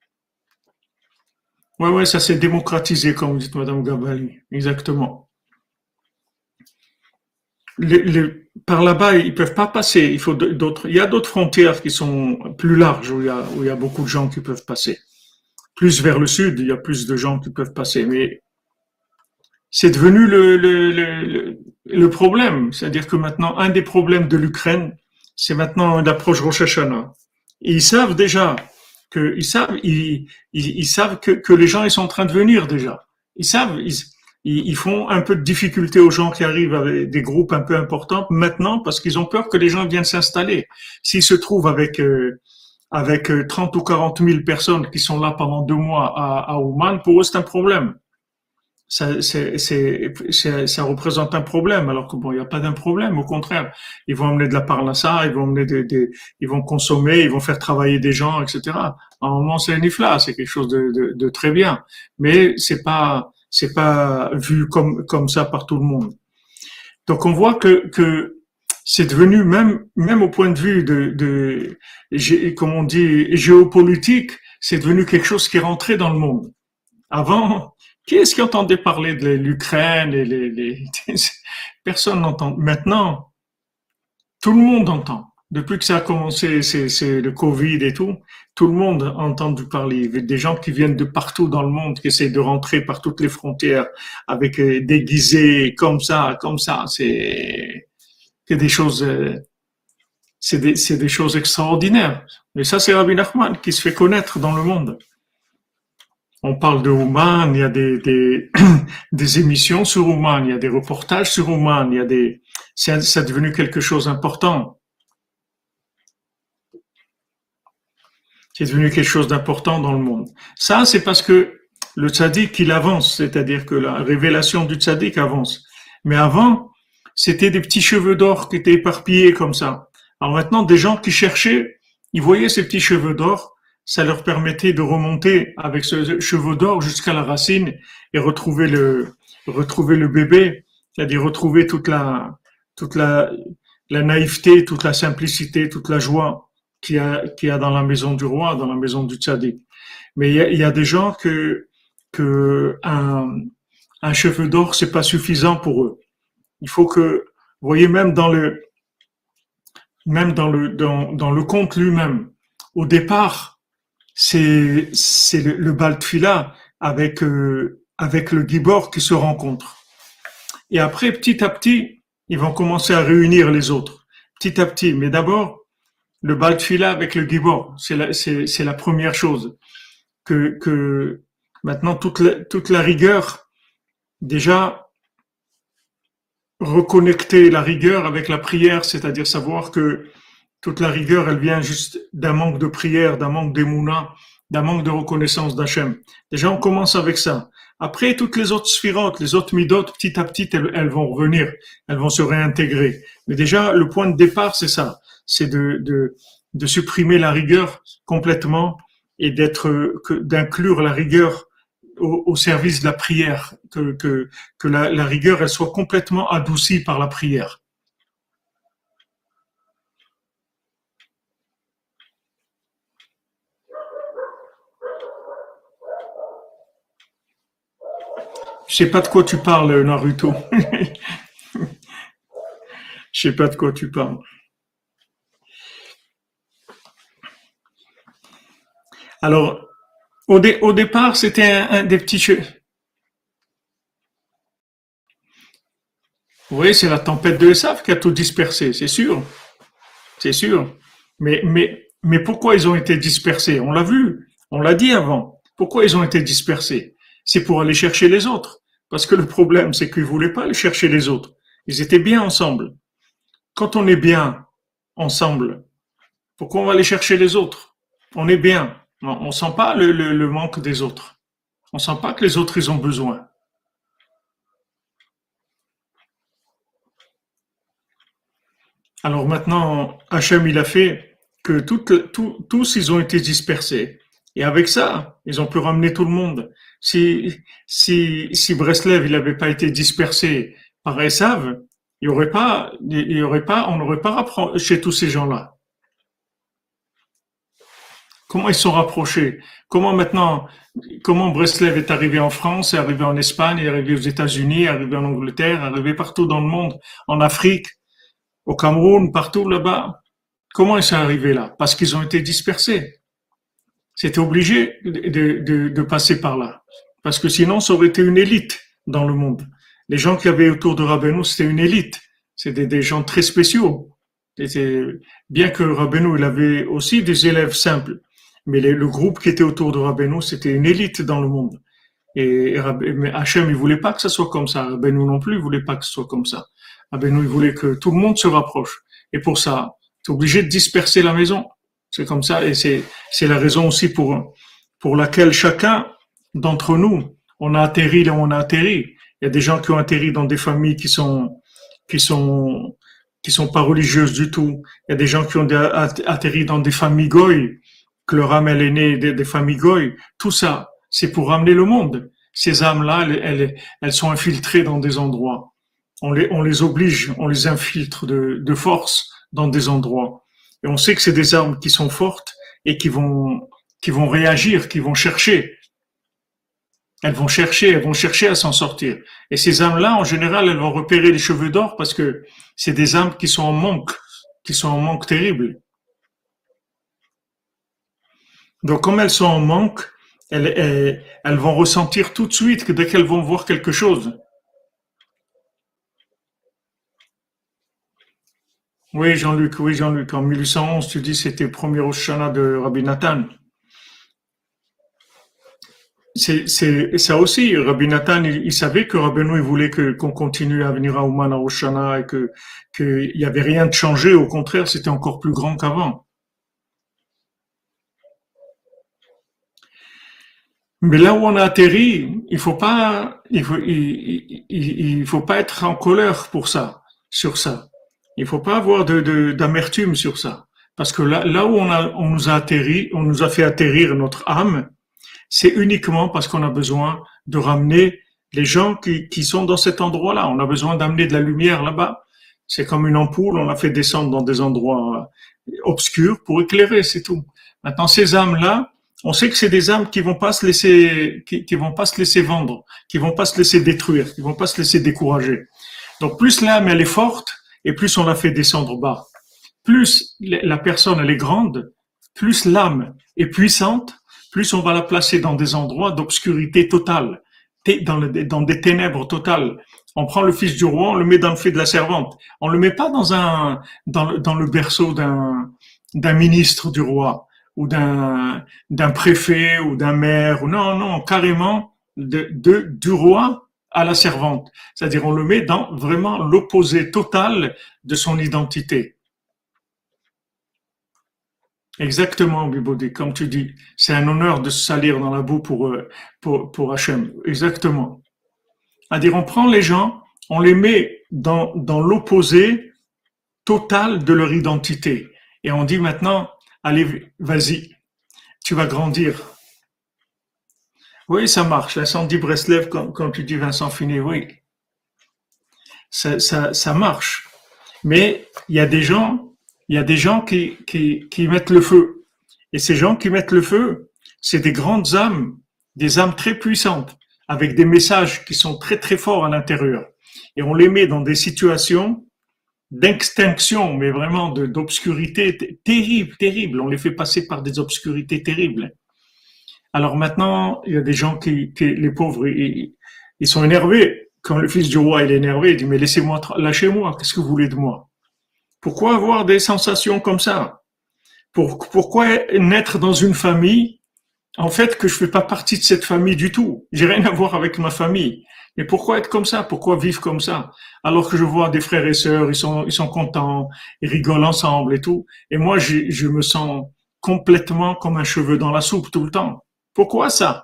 Ouais, ouais, ça s'est démocratisé, comme vous dites, Madame Gabali. Exactement. Les, les- par là-bas, ils peuvent pas passer. Il faut d'autres. Il y a d'autres frontières qui sont plus larges où il y a, où il y a beaucoup de gens qui peuvent passer. Plus vers le sud, il y a plus de gens qui peuvent passer. Mais c'est devenu le, le, le, le- le problème. C'est-à-dire que maintenant, un des problèmes de l'Ukraine, c'est maintenant l'approche Rosh Hashanah. Et ils savent déjà que ils savent ils, ils, ils savent que, que les gens ils sont en train de venir déjà. Ils savent ils, ils ils font un peu de difficulté aux gens qui arrivent avec des groupes un peu importants maintenant parce qu'ils ont peur que les gens viennent s'installer. S'ils se trouvent avec euh, avec euh, trente ou quarante mille personnes qui sont là pendant deux mois à, à Ouman, pour eux c'est un problème. Ça, c'est, c'est, c'est- ça représente un problème, alors que bon, il n'y a pas d'un problème, au contraire. Ils vont amener de la parnassa, ils vont amener des, des, ils vont consommer, ils vont faire travailler des gens, et cetera. Normalement, c'est un ifla, c'est quelque chose de, de, de très bien. Mais c'est pas, c'est pas vu comme, comme ça par tout le monde. Donc, on voit que, que c'est devenu même, même au point de vue de, de, gé- comme on dit, géopolitique, c'est devenu quelque chose qui est rentré dans le monde. Avant, qui est-ce qui entendait parler de l'Ukraine et les, les... Personne n'entend. Maintenant, tout le monde entend. Depuis que ça a commencé, c'est, c'est le Covid et tout, tout le monde a entendu parler. Il y a des gens qui viennent de partout dans le monde, qui essaient de rentrer par toutes les frontières, avec euh, déguisés, comme ça, comme ça. C'est, c'est des choses, euh, c'est des, c'est des choses extraordinaires. Mais ça, c'est Rabbi Nachman qui se fait connaître dans le monde. On parle de Ouman, il y a des, des, des émissions sur Ouman, il y a des reportages sur Ouman, il y a des, c'est, c'est devenu quelque chose d'important. C'est devenu quelque chose d'important dans le monde. Ça, c'est parce que le tzaddik, il avance, c'est-à-dire que la révélation du tzaddik avance. Mais avant, c'était des petits cheveux d'or qui étaient éparpillés comme ça. Alors maintenant, des gens qui cherchaient, ils voyaient ces petits cheveux d'or, ça leur permettait de remonter avec ce cheveu d'or jusqu'à la racine et retrouver le, retrouver le bébé, c'est-à-dire retrouver toute la, toute la, la naïveté, toute la simplicité, toute la joie qu'il y a, qu'il y a dans la maison du roi, dans la maison du tzaddik. Mais il y a, il y a des gens que, que un, un cheveu d'or, c'est pas suffisant pour eux. Il faut que, vous voyez, même dans le, même dans le, dans, dans le conte lui-même, au départ, c'est, c'est le, le bal tfila avec, euh, avec le gibor qui se rencontrent. Et après, petit à petit, ils vont commencer à réunir les autres. Petit à petit. Mais d'abord, le bal tfila avec le gibor, c'est la, c'est, c'est la première chose. Que, que maintenant, toute la, toute la rigueur, déjà, reconnecter la rigueur avec la prière, c'est-à-dire savoir que toute la rigueur, elle vient juste d'un manque de prière, d'un manque d'émouna, d'un manque de reconnaissance d'Hachem. Déjà, on commence avec ça. Après, toutes les autres sphirotes, les autres midot, petit à petit, elles, elles vont revenir, elles vont se réintégrer. Mais déjà, le point de départ, c'est ça, c'est de, de, de supprimer la rigueur complètement et d'être, que, d'inclure la rigueur au, au service de la prière, que, que, que la, la rigueur, elle soit complètement adoucie par la prière. Je sais pas de quoi tu parles, Naruto. Je sais pas de quoi tu parles. Alors, au, dé- au départ, c'était un, un des petits jeux. Oui, c'est la tempête de Esav qui a tout dispersé, c'est sûr, c'est sûr. Mais, mais, mais pourquoi ils ont été dispersés? On l'a vu, on l'a dit avant. Pourquoi ils ont été dispersés? C'est pour aller chercher les autres. Parce que le problème, c'est qu'ils voulaient pas aller chercher les autres. Ils étaient bien ensemble. Quand on est bien ensemble, pourquoi on va aller chercher les autres? On est bien. On ne sent pas le, le, le manque des autres. On ne sent pas que les autres, ils ont besoin. Alors maintenant, Hachem, il a fait que toutes, tout- tous, ils ont été dispersés. Et avec ça, ils ont pu ramener tout le monde. Si, si, si Breslev, il n'avait pas été dispersé par Esav, il y aurait pas, il y aurait pas, on n'aurait pas rapproché tous ces gens-là. Comment ils se sont rapprochés? Comment maintenant, comment Breslev est arrivé en France, est arrivé en Espagne, est arrivé aux États-Unis, est arrivé en Angleterre, est arrivé partout dans le monde, en Afrique, au Cameroun, partout là-bas? Comment ils sont arrivés là? Parce qu'ils ont été dispersés. C'était obligé de, de, de passer par là. Parce que sinon, ça aurait été une élite dans le monde. Les gens qui avaient autour de Rabbeinu, c'était une élite. C'était des gens très spéciaux. C'était, bien que Rabbeinu, il avait aussi des élèves simples. Mais les- le groupe qui était autour de Rabbeinu, c'était une élite dans le monde. Et, et mais Hachem, il voulait pas que ça soit comme ça. Rabbeinu non plus, il voulait pas que ce soit comme ça. Rabbeinu, il voulait que tout le monde se rapproche. Et pour ça, tu es obligé de disperser la maison. C'est comme ça, et c'est, c'est la raison aussi pour, pour laquelle chacun d'entre nous, on a atterri là où on a atterri. Il y a des gens qui ont atterri dans des familles qui sont, qui sont, qui sont pas religieuses du tout. Il y a des gens qui ont atterri dans des familles goy, que leur âme elle est née des, des familles goy. Tout ça, c'est pour ramener le monde. Ces âmes-là, elles, elles, elles sont infiltrées dans des endroits. On les, on les oblige, on les infiltre de, de force dans des endroits. Et on sait que c'est des armes qui sont fortes et qui vont, qui vont réagir, qui vont chercher. Elles vont chercher, elles vont chercher à s'en sortir. Et ces âmes-là, en général, elles vont repérer les cheveux d'or parce que c'est des âmes qui sont en manque, qui sont en manque terrible. Donc, comme elles sont en manque, elles, elles, elles vont ressentir tout de suite que dès qu'elles vont voir quelque chose. Oui, Jean-Luc, oui, Jean-Luc, en mille huit cent onze, tu dis c'était le premier Rosh Hashanah de Rabbi Nathan. c'est, c'est ça aussi. Rabbi Nathan, il, il savait que Rabbeinu, il voulait que qu'on continue à venir à Ouman, à Oshana, et que qu'il y avait rien de changé. Au contraire, c'était encore plus grand qu'avant. Mais là où on a atterri, il faut pas, il faut, il, il, il faut pas être en colère pour ça, sur ça. Il faut pas avoir de, de- d'amertume sur ça. Parce que là, là où on a, on nous a atterri, on nous a fait atterrir notre âme, c'est uniquement parce qu'on a besoin de ramener les gens qui, qui sont dans cet endroit-là. On a besoin d'amener de la lumière là-bas. C'est comme une ampoule, on la fait descendre dans des endroits obscurs pour éclairer, c'est tout. Maintenant, ces âmes-là, on sait que c'est des âmes qui vont pas se laisser, qui, qui vont pas se laisser vendre, qui vont pas se laisser détruire, qui vont pas se laisser décourager. Donc, plus l'âme, elle est forte, et plus on la fait descendre bas. Plus la personne, elle est grande, plus l'âme est puissante, plus on va la placer dans des endroits d'obscurité totale, dans, le, dans des ténèbres totales. On prend le fils du roi, on le met dans le fait de la servante. On le met pas dans un dans le, dans le berceau d'un d'un ministre du roi ou d'un d'un préfet ou d'un maire. Non, non, carrément de, de du roi à la servante. C'est-à-dire on le met dans vraiment l'opposé total de son identité. Exactement, Bibodi, comme tu dis. C'est un honneur de se salir dans la boue pour, euh, pour, pour Hachem. Exactement. C'est-à-dire, on prend les gens, on les met dans, dans l'opposé total de leur identité. Et on dit maintenant, allez, vas-y, tu vas grandir. Oui, ça marche. L'incendie Breslev, comme, comme tu dis, Vincent Finet, oui, ça, ça, ça marche. Mais il y a des gens, il y a des gens qui, qui, qui mettent le feu. Et ces gens qui mettent le feu, c'est des grandes âmes, des âmes très puissantes, avec des messages qui sont très très forts à l'intérieur. Et on les met dans des situations d'extinction, mais vraiment de, d'obscurité t- terrible, terrible. On les fait passer par des obscurités terribles. Alors maintenant, il y a des gens qui, qui les pauvres, ils, ils sont énervés. Quand le fils du roi il est énervé, il dit mais laissez-moi, lâchez-moi. Qu'est-ce que vous voulez de moi? Pourquoi avoir des sensations comme ça? Pour, pourquoi naître dans une famille, en fait, que je fais pas partie de cette famille du tout? J'ai rien à voir avec ma famille. Mais pourquoi être comme ça? Pourquoi vivre comme ça? Alors que je vois des frères et sœurs, ils sont, ils sont contents, ils rigolent ensemble et tout. Et moi, je, je me sens complètement comme un cheveu dans la soupe tout le temps. Pourquoi ça?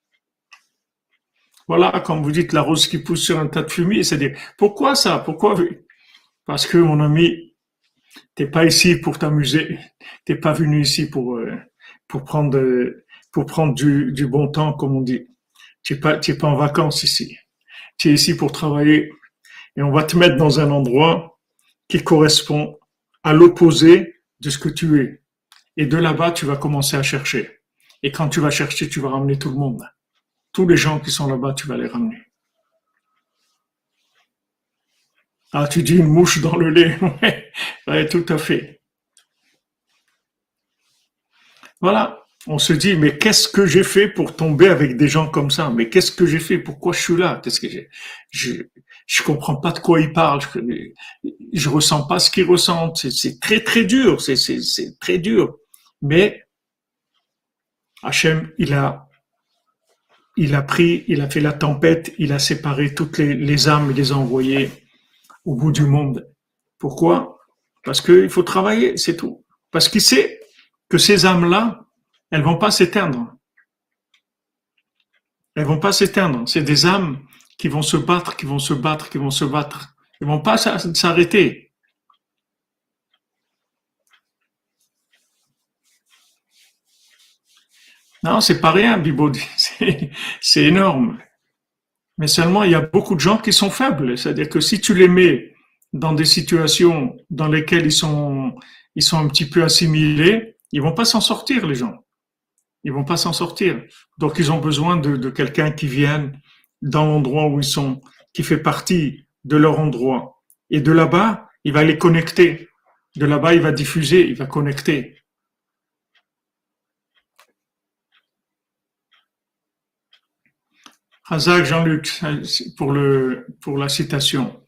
Voilà, comme vous dites, la rose qui pousse sur un tas de fumier, c'est-à-dire, pourquoi ça? Pourquoi? Parce que, mon ami, t'es pas ici pour t'amuser. T'es pas venu ici pour, euh, pour prendre, euh, pour prendre du, du bon temps, comme on dit. Tu n'es pas, tu es pas en vacances ici. Tu es ici pour travailler et on va te mettre dans un endroit qui correspond à l'opposé de ce que tu es. Et de là-bas, tu vas commencer à chercher. Et quand tu vas chercher, tu vas ramener tout le monde. Tous les gens qui sont là-bas, tu vas les ramener. Ah, tu dis une mouche dans le lait. Ouais, ouais, tout à fait. Voilà. On se dit, mais qu'est-ce que j'ai fait pour tomber avec des gens comme ça? Mais qu'est-ce que j'ai fait? Pourquoi je suis là? Qu'est-ce que j'ai, je, je comprends pas de quoi ils parlent. Je, je ressens pas ce qu'ils ressentent. C'est, c'est très, très dur. C'est, c'est, c'est très dur. Mais Hachem, il a, il a pris, il a fait la tempête, il a séparé toutes les, les âmes, il les a envoyées au bout du monde. Pourquoi? Parce qu'il faut travailler, c'est tout. Parce qu'il sait que ces âmes-là, elles vont pas s'éteindre. Elles vont pas s'éteindre. C'est des âmes qui vont se battre, qui vont se battre, qui vont se battre. Ils vont pas s'arrêter. Non, c'est pas rien, Bibodi. C'est, c'est énorme. Mais seulement, il y a beaucoup de gens qui sont faibles. C'est-à-dire que si tu les mets dans des situations dans lesquelles ils sont, ils sont un petit peu assimilés, ils vont pas s'en sortir, les gens. Ils vont pas s'en sortir. Donc, ils ont besoin de, de quelqu'un qui vienne dans l'endroit où ils sont, qui fait partie de leur endroit. Et de là-bas, il va les connecter. De là-bas, il va diffuser, il va connecter. Razak Jean-Luc, pour le, pour la citation.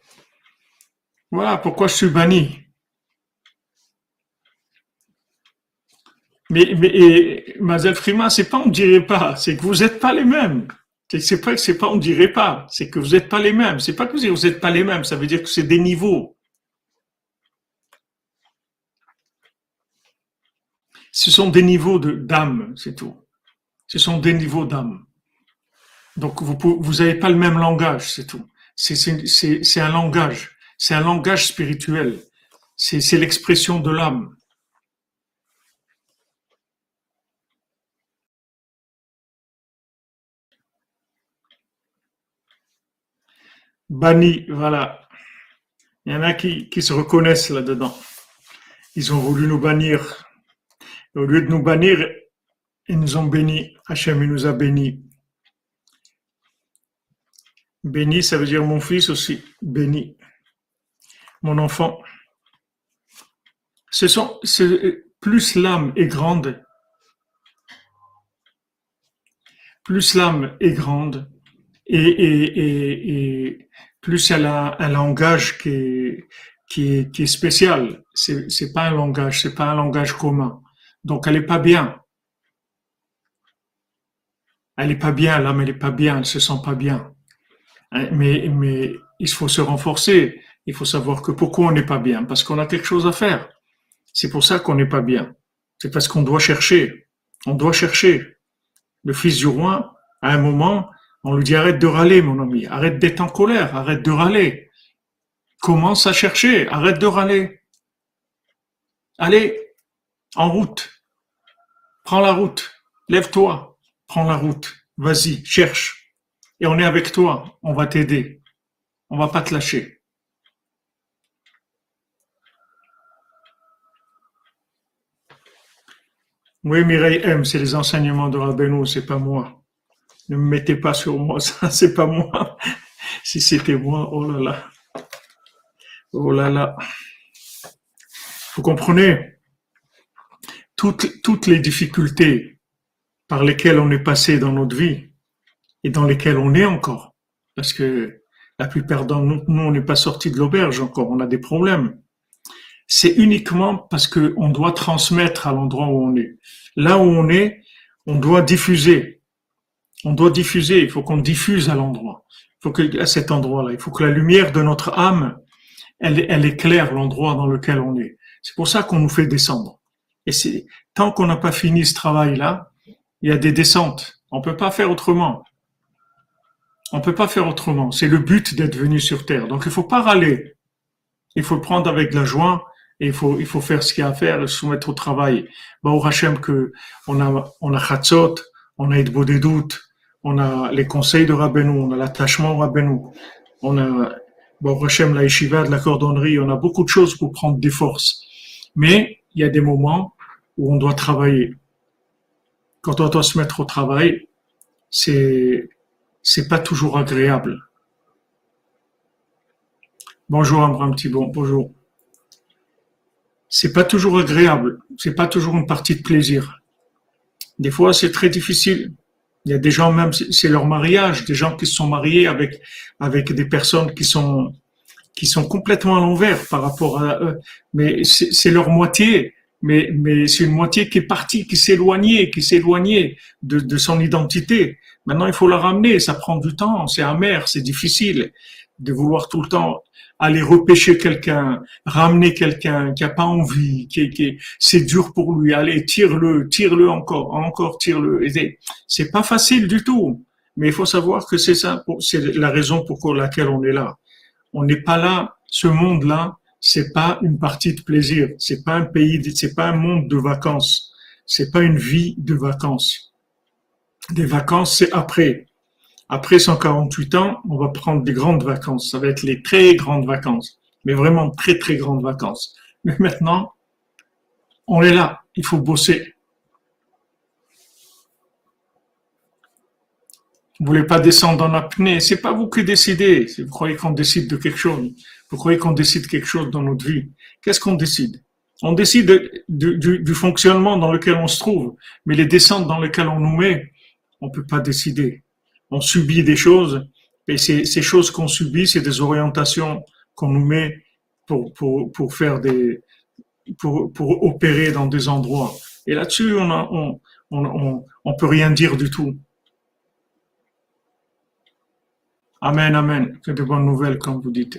Voilà pourquoi je suis banni. Mais, mais et, Mazel Frima, c'est pas on dirait pas, c'est que vous n'êtes pas les mêmes. C'est c'est pas, c'est pas on dirait pas, c'est que vous n'êtes pas les mêmes. C'est pas que vous n'êtes pas les mêmes, ça veut dire que c'est des niveaux. Ce sont des niveaux de d'âme, c'est tout. Ce sont des niveaux d'âme. Donc vous vous avez pas le même langage, c'est tout. C'est c'est c'est c'est un langage, c'est un langage spirituel. C'est c'est l'expression de l'âme. Banni, voilà. Il y en a qui qui se reconnaissent là-dedans. Ils ont voulu nous bannir. Et au lieu de nous bannir, ils nous ont bénis. Hachem, il nous a bénis. Béni, ça veut dire mon fils aussi. Béni, mon enfant. Ce sont, c'est- plus l'âme est grande, plus l'âme est grande, et, et, et, et plus elle a un langage qui est, qui est, qui est spécial. C'est, c'est pas un langage, c'est pas un langage commun. Donc elle est pas bien. Elle est pas bien, l'âme, elle est pas bien, elle se sent pas bien. Hein, Mais, mais il faut se renforcer. Il faut savoir que pourquoi on n'est pas bien? Parce qu'on a quelque chose à faire. C'est pour ça qu'on n'est pas bien. C'est parce qu'on doit chercher. On doit chercher. Le fils du roi, à un moment, on lui dit arrête de râler, mon ami. Arrête d'être en colère. Arrête de râler. Commence à chercher. Arrête de râler. Allez, en route. Prends la route. Lève-toi. Prends la route. Vas-y, cherche. Et on est avec toi. On va t'aider. On va pas te lâcher. Oui, Mireille M, c'est les enseignements de Rabbeinu, c'est pas moi. Ne me mettez pas sur moi, ça, c'est pas moi. Si c'était moi, oh là là, oh là là. Vous comprenez, toutes, toutes les difficultés par lesquelles on est passé dans notre vie et dans lesquelles on est encore, parce que la plupart d'entre nous, nous on n'est pas sortis de l'auberge encore, on a des problèmes. C'est uniquement parce qu'on doit transmettre à l'endroit où on est. Là où on est, on doit diffuser. On doit diffuser, il faut qu'on diffuse à l'endroit. Il faut que, à cet endroit-là, il faut que la lumière de notre âme, elle, elle éclaire l'endroit dans lequel on est. C'est pour ça qu'on nous fait descendre. Et c'est, tant qu'on n'a pas fini ce travail-là, il y a des descentes. On peut pas faire autrement. On peut pas faire autrement. C'est le but d'être venu sur Terre. Donc il faut pas râler. Il faut le prendre avec de la joie et il faut, il faut faire ce qu'il y a à faire et se soumettre au travail. Bah, au Hachem que on a, on a Chatzot, on a Edbo des doutes, on a les conseils de Rabbeinu, on a l'attachement au Rabbeinu, on a, bah, au Hachem, la yeshiva, de la cordonnerie, on a beaucoup de choses pour prendre des forces. Mais il y a des moments où on doit travailler. Quand on doit se mettre au travail, c'est, c'est pas toujours agréable. Bonjour, un petit bon, bonjour. C'est pas toujours agréable. C'est pas toujours une partie de plaisir. Des fois, c'est très difficile. Il y a des gens même, c'est leur mariage, des gens qui se sont mariés avec avec des personnes qui sont qui sont complètement à l'envers par rapport à eux. Mais c'est c'est leur moitié. Mais mais c'est une moitié qui est partie, qui s'est éloignée, qui s'est éloignée de de son identité. Maintenant, il faut la ramener. Ça prend du temps. C'est amer, c'est difficile de vouloir tout le temps aller repêcher quelqu'un, ramener quelqu'un qui a pas envie, qui, qui c'est dur pour lui. Allez, tire-le, tire-le encore, encore tire-le. Et c'est pas facile du tout. Mais il faut savoir que c'est ça, c'est la raison pour laquelle on est là. On n'est pas là, ce monde-là, c'est pas une partie de plaisir. C'est pas un pays, c'est pas un monde de vacances. C'est pas une vie de vacances. Des vacances, c'est après. Après cent quarante-huit ans, on va prendre des grandes vacances. Ça va être les très grandes vacances. Mais vraiment très, très grandes vacances. Mais maintenant, on est là. Il faut bosser. Vous voulez pas descendre en apnée. C'est pas vous qui décidez. Si vous croyez qu'on décide de quelque chose. Vous croyez qu'on décide quelque chose dans notre vie. Qu'est-ce qu'on décide? On décide du, du, du fonctionnement dans lequel on se trouve. Mais les descentes dans lesquelles on nous met, on peut pas décider. On subit des choses, et ces, ces choses qu'on subit, c'est des orientations qu'on nous met pour, pour, pour faire des, pour, pour opérer dans des endroits. Et là-dessus, on, a, on, on, on, on peut rien dire du tout. Amen, amen. Que de bonnes nouvelles, comme vous dites.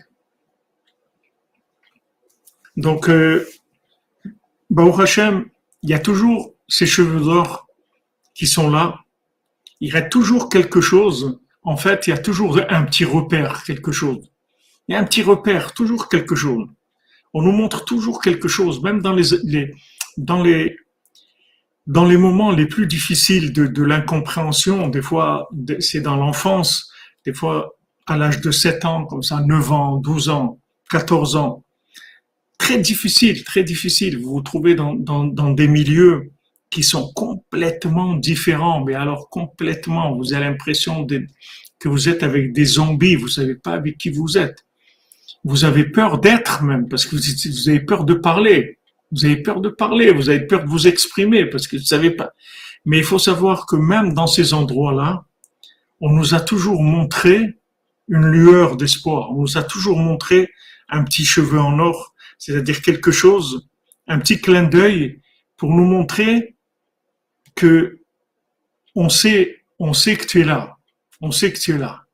Donc, euh, Baruch Hashem, il y a toujours ces cheveux d'or qui sont là. Il reste toujours quelque chose. En fait, il y a toujours un petit repère, quelque chose. Il y a un petit repère, toujours quelque chose. On nous montre toujours quelque chose, même dans les, les dans les dans les moments les plus difficiles de, de l'incompréhension. Des fois, c'est dans l'enfance. Des fois, à l'âge de sept ans, comme ça, neuf ans, douze ans, quatorze ans. Très difficile, très difficile. Vous vous trouvez dans, dans, dans des milieux qui sont complètement différents, mais alors complètement. Vous avez l'impression de, que vous êtes avec des zombies, vous savez pas avec qui vous êtes. Vous avez peur d'être même, parce que vous, vous avez peur de parler. Vous avez peur de parler, vous avez peur de vous exprimer, parce que vous ne savez pas. Mais il faut savoir que même dans ces endroits-là, on nous a toujours montré une lueur d'espoir. On nous a toujours montré un petit cheveu en or, c'est-à-dire quelque chose, un petit clin d'œil pour nous montrer que on sait, on sait que tu es là. On sait que tu es là.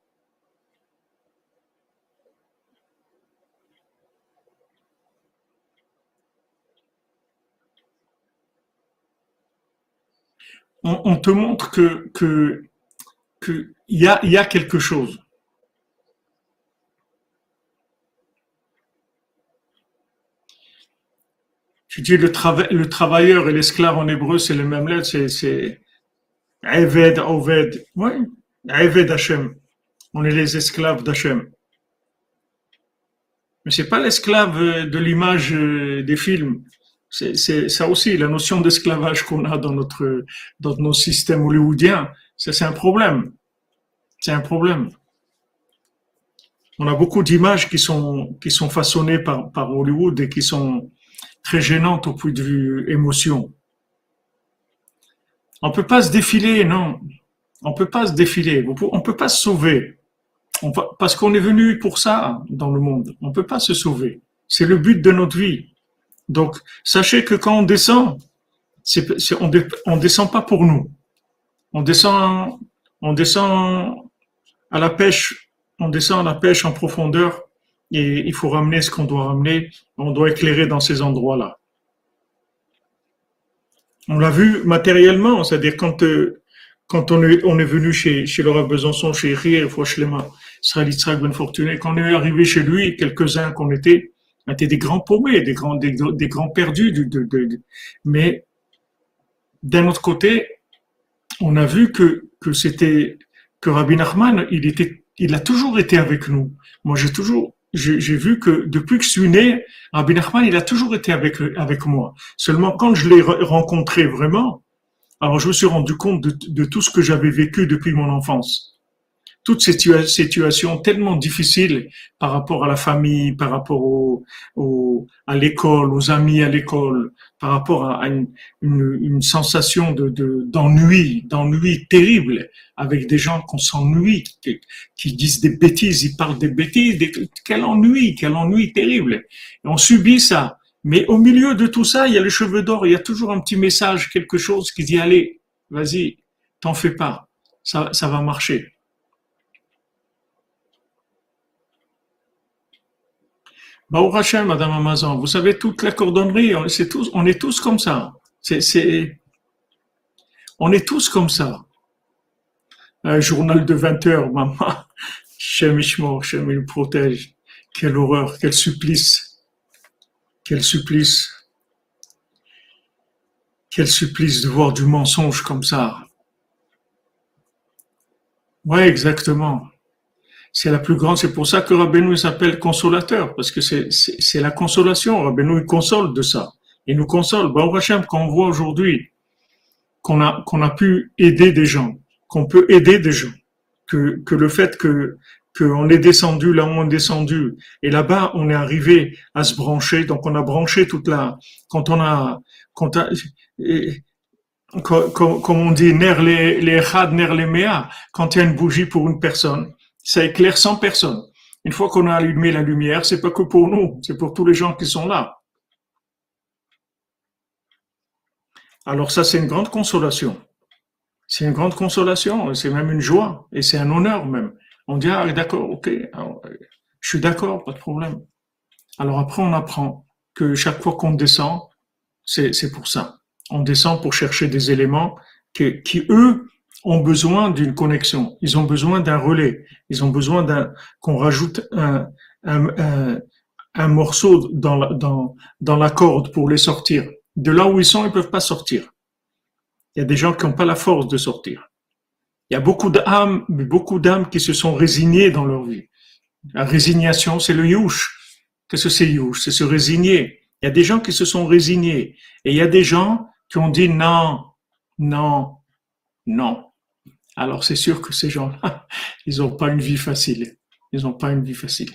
On, on te montre que, que, que y a, y a quelque chose. Tu dis le, trava- le travailleur et l'esclave en hébreu, c'est le même lettre, c'est, c'est Eved, Oved. Oui, Eved Hashem. On est les esclaves d'Hachem. Mais c'est pas l'esclave euh, de l'image euh, des films. C'est, c'est ça aussi, la notion d'esclavage qu'on a dans notre, dans nos systèmes hollywoodiens. Ça, c'est un problème. C'est un problème. On a beaucoup d'images qui sont, qui sont façonnées par, par Hollywood et qui sont très gênantes au point de vue émotion. On peut pas se défiler, non. On peut pas se défiler. On peut pas se sauver. On va, parce qu'on est venu pour ça dans le monde. On peut pas se sauver. C'est le but de notre vie. Donc, sachez que quand on descend, c'est, c'est, on, ne on descend pas pour nous. On descend, on descend à la pêche. On descend à la pêche en profondeur et il faut ramener ce qu'on doit ramener. On doit éclairer dans ces endroits-là. On l'a vu matériellement, c'est-à-dire quand euh, quand on est on est venu chez chez le Rav Besançon, chez Rir, Fouachlema, Israël Yitzhak Ben Fortuné, quand on est arrivé chez lui, quelques-uns qu'on était, on était des grands paumés, des grands des, des grands perdus, de, de, de, de- mais d'un autre côté, on a vu que que c'était que Rabbi Nachman, il était il a toujours été avec nous. Moi, j'ai toujours j'ai j'ai vu que depuis que je suis né, Rabbi Nachman, il a toujours été avec avec moi. Seulement quand je l'ai re- rencontré vraiment, alors je me suis rendu compte de, de tout ce que j'avais vécu depuis mon enfance. Toutes ces situations tellement difficiles par rapport à la famille, par rapport au, au, à l'école, aux amis à l'école, par rapport à une, une, une sensation de, de, d'ennui, d'ennui terrible, avec des gens qu'on s'ennuie, qui, qui disent des bêtises, ils parlent des bêtises, des, quel ennui, quel ennui terrible. Et on subit ça. Mais au milieu de tout ça, il y a les cheveux d'or, il y a toujours un petit message, quelque chose qui dit, allez, vas-y, t'en fais pas, ça, ça va marcher. Baruch Hashem, Madame Amazon, vous savez, toute la cordonnerie, on, c'est tous, on est tous comme ça. C'est, c'est, on est tous comme ça. Un journal de vingt heures, maman. Shem Ishmor, Shem il protège. Quelle horreur, quel supplice. Quel supplice. Quel supplice de voir du mensonge comme ça. Ouais, exactement. C'est la plus grande, c'est pour ça que Rabbeinu s'appelle consolateur, parce que c'est, c'est, c'est la consolation. Rabbeinu, il console de ça. Il nous console. Baruch Hashem, quand on voit aujourd'hui qu'on a, qu'on a pu aider des gens, qu'on peut aider des gens, que, que le fait que, qu'on est descendu là où on est descendu, et là-bas, on est arrivé à se brancher, donc on a branché toute la, quand on a, quand a, et, comme, comme on dit, ner les, les had, ner les mea, quand il y a une bougie pour une personne, ça éclaire cent personnes. Une fois qu'on a allumé la lumière, c'est pas que pour nous, c'est pour tous les gens qui sont là. Alors ça, c'est une grande consolation. C'est une grande consolation, c'est même une joie, et c'est un honneur même. On dit, ah, d'accord, ok, alors, euh, je suis d'accord, pas de problème. Alors après, on apprend que chaque fois qu'on descend, c'est, c'est pour ça. On descend pour chercher des éléments qui, qui, eux, ont besoin d'une connexion. Ils ont besoin d'un relais. Ils ont besoin d'un, qu'on rajoute un, un, un, un morceau dans la, dans, dans la corde pour les sortir. De là où ils sont, ils peuvent pas sortir. Il y a des gens qui n'ont pas la force de sortir. Il y a beaucoup d'âmes, beaucoup d'âmes qui se sont résignées dans leur vie. La résignation, c'est le youch. Qu'est-ce que c'est youch? C'est se résigner. Il y a des gens qui se sont résignés. Et il y a des gens qui ont dit non, non, non. Alors c'est sûr que ces gens-là, ils n'ont pas une vie facile. Ils n'ont pas une vie facile.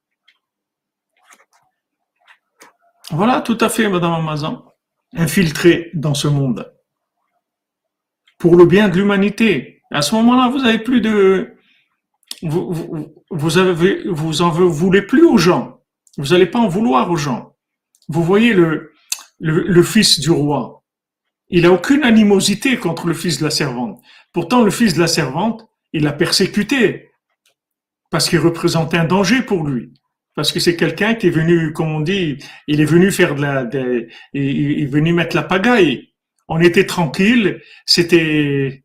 Voilà, tout à fait, Madame Amazon. Infiltré dans ce monde. Pour le bien de l'humanité. À ce moment-là, vous avez plus de, vous, vous, vous avez, vous en voulez plus aux gens. Vous n'allez pas en vouloir aux gens. Vous voyez le, le, le fils du roi. Il a aucune animosité contre le fils de la servante. Pourtant, le fils de la servante, il l'a persécuté parce qu'il représentait un danger pour lui. Parce que c'est quelqu'un qui est venu, comme on dit, il est venu faire de la, de, il est venu mettre la pagaille. On était tranquille, c'était,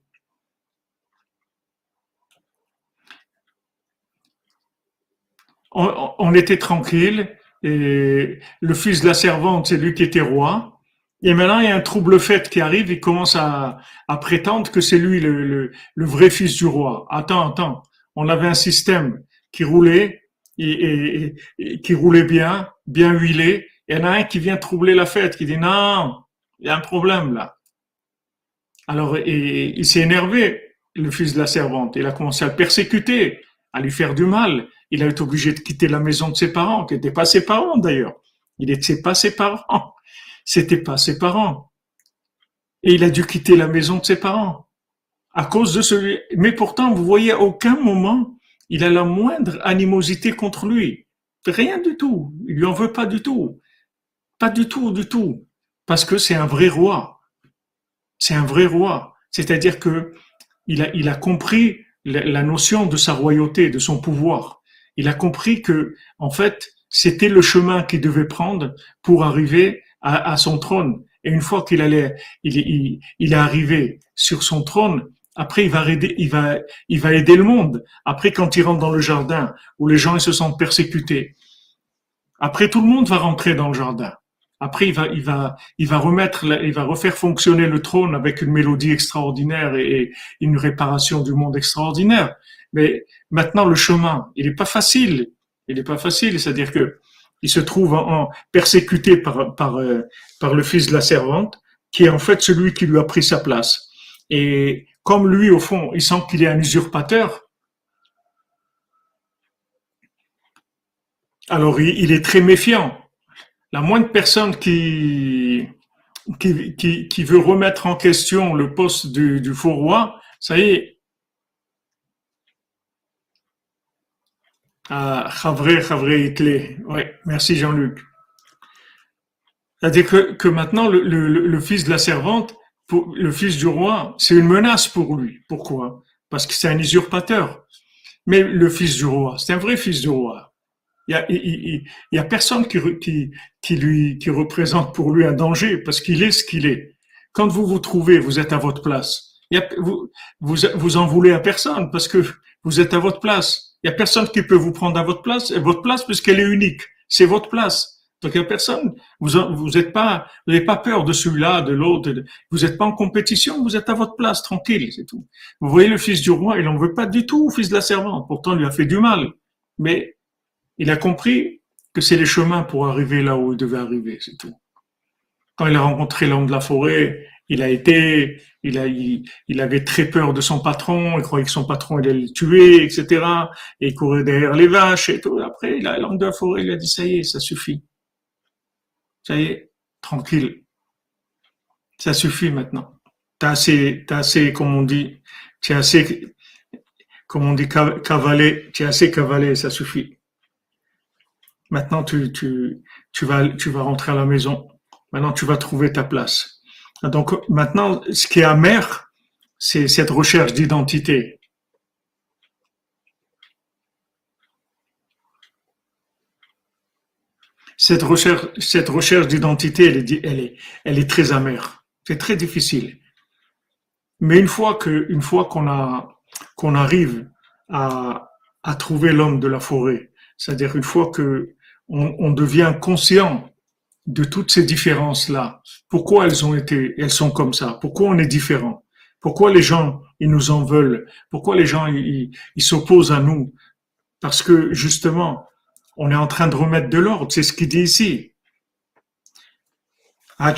on, on était tranquille, et le fils de la servante, c'est lui qui était roi. Et maintenant, il y a un trouble fait qui arrive, il commence à, à prétendre que c'est lui le, le, le vrai fils du roi. Attends, attends. On avait un système qui roulait, et, et- et- qui roulait bien, bien huilé. Il y en a un qui vient troubler la fête, qui dit non, il y a un problème là. Alors, et, il s'est énervé, le fils de la servante. Il a commencé à le persécuter, à lui faire du mal. Il a été obligé de quitter la maison de ses parents, qui n'étaient pas ses parents d'ailleurs. Il n'était pas ses parents. C'était pas ses parents. Et il a dû quitter la maison de ses parents à cause de celui. Mais pourtant, vous voyez, à aucun moment, il a la moindre animosité contre lui. Rien du tout. Il lui en veut pas du tout. Pas du tout, du tout. Parce que c'est un vrai roi. C'est un vrai roi. C'est-à-dire que il a, il a compris la, la notion de sa royauté, de son pouvoir. Il a compris que, en fait, c'était le chemin qu'il devait prendre pour arriver à, à son trône. Et une fois qu'il allait, il, il, il est arrivé sur son trône, après il va aider, il va, il va aider le monde. Après, quand il rentre dans le jardin où les gens ils se sentent persécutés, après, tout le monde va rentrer dans le jardin. Après, il va, il va, il va remettre, il va refaire fonctionner le trône avec une mélodie extraordinaire et, et une réparation du monde extraordinaire. Mais maintenant, le chemin, il n'est pas facile. Il n'est pas facile. C'est-à-dire que il se trouve en, en persécuté par, par, euh, par le fils de la servante, qui est en fait celui qui lui a pris sa place. Et comme lui, au fond, il sent qu'il est un usurpateur, alors il, il est très méfiant. La moindre personne qui, qui, qui, qui veut remettre en question le poste du, du faux roi, ça y est, ah, Chavré, Chavré clé. Oui, merci Jean-Luc. C'est-à-dire que, que maintenant, le, le, le fils de la servante, pour, le fils du roi, c'est une menace pour lui. Pourquoi? Parce que c'est un usurpateur. Mais le fils du roi, c'est un vrai fils du roi. Il y a, il, il, il y a personne qui, qui, qui lui, qui représente pour lui un danger parce qu'il est ce qu'il est. Quand vous vous trouvez, vous êtes à votre place. Il y a, vous, vous, vous en voulez à personne parce que vous êtes à votre place. Il y a personne qui peut vous prendre à votre place, votre place puisqu'elle est unique. C'est votre place. Donc il y a personne. Vous, vous êtes pas, vous n'avez pas peur de celui-là, de l'autre. Vous n'êtes pas en compétition. Vous êtes à votre place, tranquille, c'est tout. Vous voyez le fils du roi, il n'en veut pas du tout au fils de la servante. Pourtant, il lui a fait du mal. Mais il a compris que c'est les chemins pour arriver là où il devait arriver, c'est tout. Quand il a rencontré l'homme de la forêt, il a été, il a, il, il avait très peur de son patron, il croyait que son patron allait le tuer, et cetera. Et il courait derrière les vaches et tout. Après, il a, l'homme de la forêt, il a dit, ça y est, ça suffit. Ça y est, tranquille. Ça suffit maintenant. T'as assez, t'as assez, comme on dit, tu as assez, comme on dit, cavalé, tu as assez cavalé, ça suffit. Maintenant, tu, tu, tu vas, tu vas rentrer à la maison. Maintenant, tu vas trouver ta place. Donc maintenant, ce qui est amer, c'est cette recherche d'identité. Cette recherche, cette recherche d'identité, elle est, elle est, elle est très amère. C'est très difficile. Mais une fois que, une fois qu'on a, qu'on arrive à, à trouver l'homme de la forêt, c'est-à-dire une fois que on, on devient conscient de toutes ces différences-là, pourquoi elles ont été, elles sont comme ça, pourquoi on est différent, pourquoi les gens, ils nous en veulent, pourquoi les gens, ils, ils s'opposent à nous, parce que justement, on est en train de remettre de l'ordre, c'est ce qu'il dit ici. On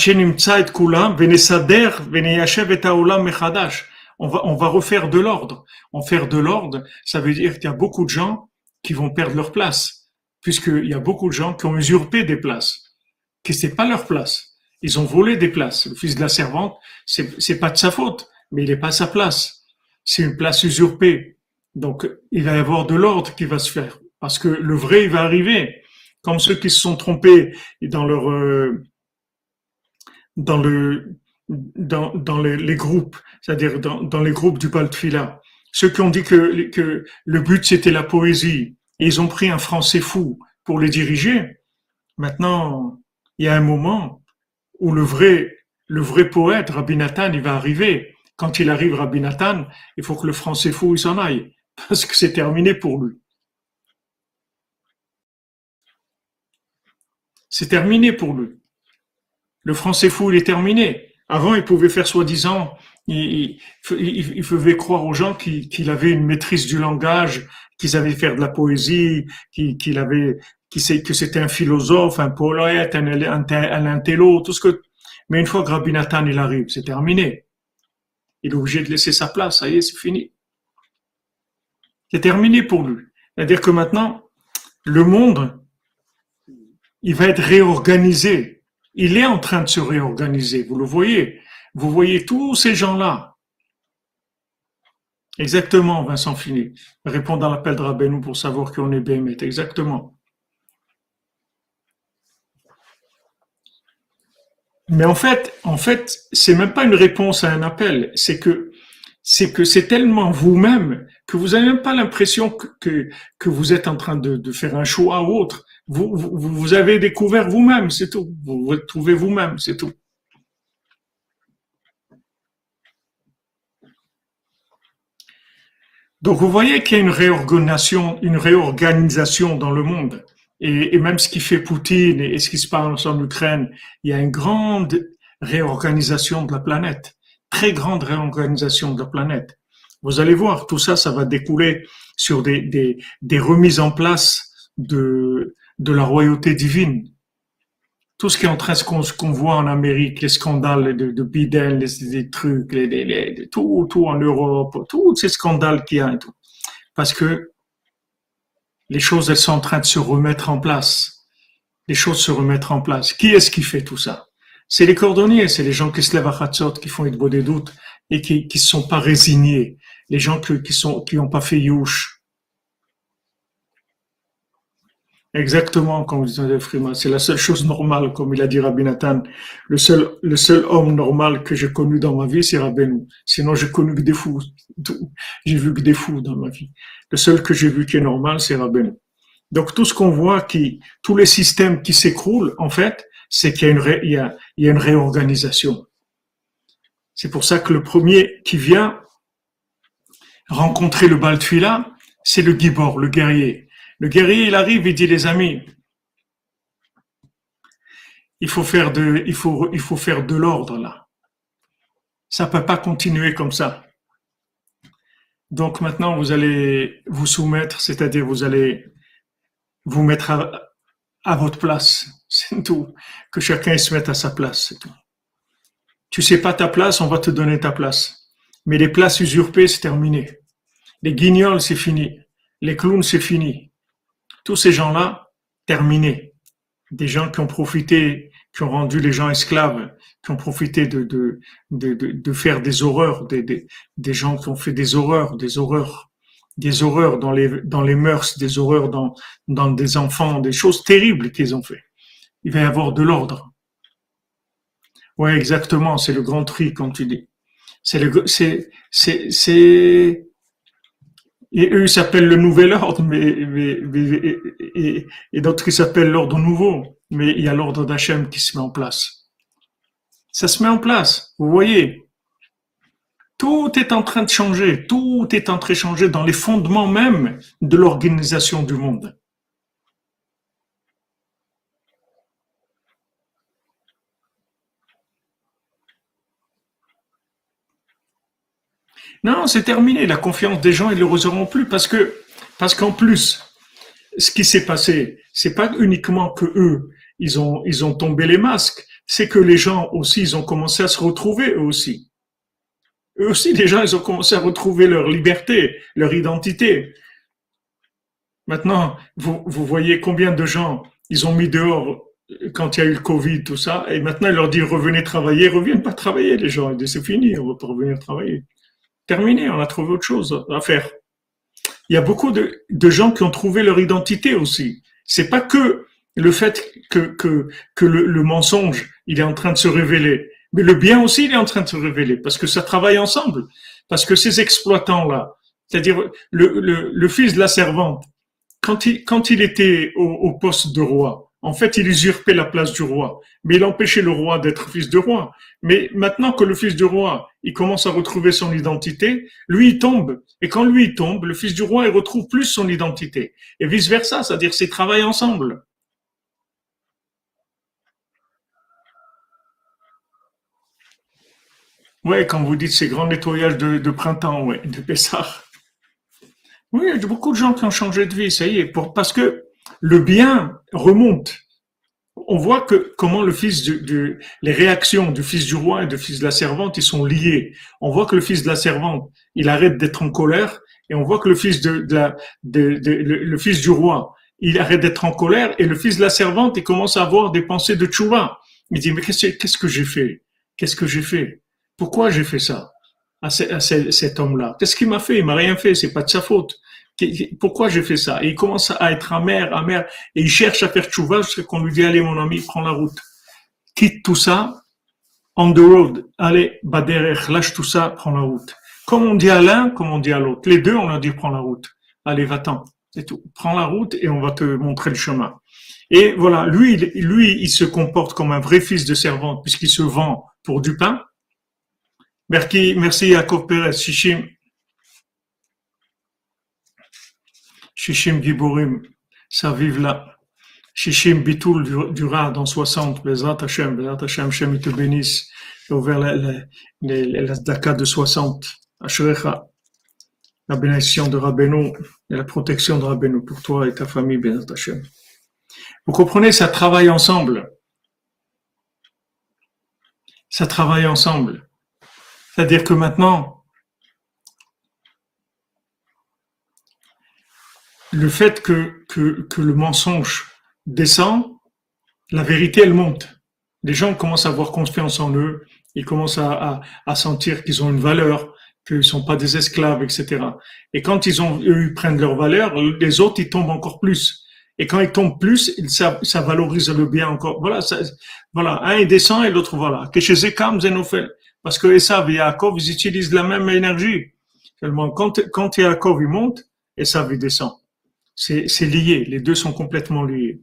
va, on va refaire de l'ordre. En faire de l'ordre, ça veut dire qu'il y a beaucoup de gens qui vont perdre leur place, puisqu'il y a beaucoup de gens qui ont usurpé des places, que c'est pas leur place. Ils ont volé des places. Le fils de la servante, c'est, c'est pas de sa faute, mais il n'est pas à sa place. C'est une place usurpée. Donc, il va y avoir de l'ordre qui va se faire, parce que le vrai, il va arriver. Comme ceux qui se sont trompés dans leur euh, dans le dans, dans les, les groupes, c'est-à-dire dans, dans les groupes du Baltfila. Ceux qui ont dit que, que le but c'était la poésie, et ils ont pris un français fou pour les diriger. Maintenant, il y a un moment où le vrai, le vrai poète, Rabbi Nathan, il va arriver. Quand il arrive, Rabbi Nathan, il faut que le français fou, il s'en aille. Parce que c'est terminé pour lui. C'est terminé pour lui. Le français fou, il est terminé. Avant, il pouvait faire soi-disant, il, il, il faisait croire aux gens qu'il, qu'il avait une maîtrise du langage, qu'ils savaient faire de la poésie, qu'il, qu'il avait, qu'il sait, que c'était un philosophe, un poète, un, un, un intello, tout ce que. Mais une fois que Rabbi Nathan il arrive, c'est terminé. Il est obligé de laisser sa place. Ça y est, c'est fini. C'est terminé pour lui. C'est-à-dire que maintenant, le monde, il va être réorganisé. Il est en train de se réorganiser, vous le voyez. Vous voyez tous ces gens-là. Exactement, Vincent Fini. Répondre à l'appel de Rabbeinu pour savoir qu'on est Béhémet. Exactement. Mais en fait, en fait, c'est même pas une réponse à un appel. C'est que c'est que c'est tellement vous-même que vous n'avez même pas l'impression que, que, que vous êtes en train de, de faire un choix ou autre. Vous, vous, vous avez découvert vous-même, c'est tout. Vous vous trouvez vous-même, c'est tout. Donc vous voyez qu'il y a une réorganisation, une réorganisation dans le monde. Et, et même ce qui fait Poutine et, et ce qui se passe en Ukraine, il y a une grande réorganisation de la planète. Très grande réorganisation de la planète. Vous allez voir, tout ça, ça va découler sur des, des, des remises en place de, de la royauté divine. Tout ce qui est en train, ce qu'on, ce qu'on voit en Amérique, les scandales de, de Biden, les, les trucs, les, les, les, tout, tout en Europe, tous ces scandales qu'il y a et tout. Parce que les choses, elles sont en train de se remettre en place. Les choses se remettre en place. Qui est-ce qui fait tout ça? C'est les cordonniers, c'est les gens qui se lèvent à Hatzot, qui font Hitbo des doutes et qui qui sont pas résignés. Les gens qui, qui sont qui ont pas fait Youch. Exactement, comme disait Frima, c'est la seule chose normale, comme il a dit Rabbi Nathan. Le seul, le seul homme normal que j'ai connu dans ma vie, c'est Rabbeinu. Sinon, j'ai connu que des fous. J'ai vu que des fous dans ma vie. Le seul que j'ai vu qui est normal, c'est Rabbeinu. Donc, tout ce qu'on voit qui, tous les systèmes qui s'écroulent, en fait, c'est qu'il y a une, ré, il y a, il y a une réorganisation. C'est pour ça que le premier qui vient rencontrer le Baal Tfila, c'est le Gibor, le guerrier. Le guerrier, il arrive, il dit, les amis, il faut faire de, il faut, il faut faire de l'ordre, là. Ça peut pas continuer comme ça. Donc maintenant, vous allez vous soumettre, c'est-à-dire vous allez vous mettre à, à votre place. C'est tout. Que chacun se mette à sa place, c'est tout. Tu sais pas ta place, on va te donner ta place. Mais les places usurpées, c'est terminé. Les guignols, c'est fini. Les clowns, c'est fini. Tous ces gens-là, terminés. Des gens qui ont profité, qui ont rendu les gens esclaves, qui ont profité de, de, de, de, de faire des horreurs, des, des, des gens qui ont fait des horreurs, des horreurs, des horreurs dans les, dans les mœurs, des horreurs dans, dans des enfants, des choses terribles qu'ils ont fait. Il va y avoir de l'ordre. Ouais, exactement. C'est le grand tri, comme tu dis. C'est le, c'est, c'est, c'est, et eux, ils s'appellent le nouvel ordre, mais, mais- mais- et, et- et d'autres, ils s'appellent l'ordre nouveau. Mais il y a l'ordre d'Hachem qui se met en place. Ça se met en place. Vous voyez, tout est en train de changer. Tout est en train de changer dans les fondements même de l'organisation du monde. Non, c'est terminé. La confiance des gens, ils ne le auront plus parce que, parce qu'en plus, ce qui s'est passé, c'est pas uniquement que eux, ils ont, ils ont tombé les masques, c'est que les gens aussi, ils ont commencé à se retrouver eux aussi. Eux aussi, les gens, ils ont commencé à retrouver leur liberté, leur identité. Maintenant, vous, vous voyez combien de gens ils ont mis dehors quand il y a eu le Covid, tout ça, et maintenant ils leur disent revenez travailler, ils reviennent pas travailler les gens, ils disent c'est fini, on va pas revenir travailler. Terminé, on a trouvé autre chose à faire. Il y a beaucoup de, de gens qui ont trouvé leur identité aussi. C'est pas que le fait que, que, que le, le mensonge, il est en train de se révéler, mais le bien aussi, il est en train de se révéler, parce que ça travaille ensemble. Parce que ces exploitants-là, c'est-à-dire le, le, le fils de la servante, quand il, quand il était au, au poste de roi, en fait, il usurpait la place du roi, mais il empêchait le roi d'être fils de roi. Mais maintenant que le fils du roi, il commence à retrouver son identité, lui, il tombe. Et quand lui, il tombe, le fils du roi, il retrouve plus son identité. Et vice-versa, c'est-à-dire c'est travaillent ensemble. Ouais, quand vous dites ces grands nettoyages de, de printemps, ouais, de Pessah. Oui, il y a beaucoup de gens qui ont changé de vie, ça y est, pour, parce que le bien remonte. On voit que comment le fils du, du- les réactions du fils du roi et du fils de la servante, ils sont liés. On voit que le fils de la servante, il arrête d'être en colère, et on voit que le fils de, de la, de, de- le, le fils du roi, il arrête d'être en colère, et le fils de la servante, il commence à avoir des pensées de tchouva. Il dit, mais qu'est-ce, qu'est-ce que j'ai fait? Qu'est-ce que j'ai fait? Pourquoi j'ai fait ça à, ce- à ce- cet homme-là? Qu'est-ce qu'il m'a fait? Il m'a rien fait, c'est pas de sa faute. Pourquoi j'ai fait ça? Et il commence à être amer, amer, et il cherche à faire tchouva jusqu'à qu'on lui dit, allez mon ami, prends la route. Quitte tout ça, on the road. Allez, baderech, lâche tout ça, prends la route. Comme on dit à l'un, comme on dit à l'autre. Les deux, on leur dit, prends la route. Allez, va-t'en. C'est tout. Prends la route et on va te montrer le chemin. Et voilà, lui, il, lui, il se comporte comme un vrai fils de servante puisqu'il se vend pour du pain. Merci, merci Yaakov Perez, Shishim, Shishim Giborim, ça vive là. Shishim Bitoul durera dans soixante, Bezrat Hashem, Bezrat Hashem, Hashem, il te bénisse. Il a ouvert la, la, la, la Daka de soixante. Ashrecha, la bénédiction de Rabbeinu et la protection de Rabbeinu pour toi et ta famille, Bezrat Hashem. Vous comprenez, ça travaille ensemble. Ça travaille ensemble. C'est-à-dire que maintenant, le fait que, que, que le mensonge descend, la vérité, elle monte. Les gens commencent à avoir confiance en eux, ils commencent à, à, à sentir qu'ils ont une valeur, qu'ils ne sont pas des esclaves, et cetera. Et quand ils ont, eux, ils prennent leur valeur, les autres, ils tombent encore plus. Et quand ils tombent plus, ça, ça valorise le bien encore. Voilà, ça, voilà, un il descend et l'autre voilà. Que chez Zekam, Zenophel. Parce que Esav et Yaakov, ils utilisent la même énergie. Seulement, quand, quand Yaakov, il monte, Esav, il descend. C'est, c'est lié. Les deux sont complètement liés.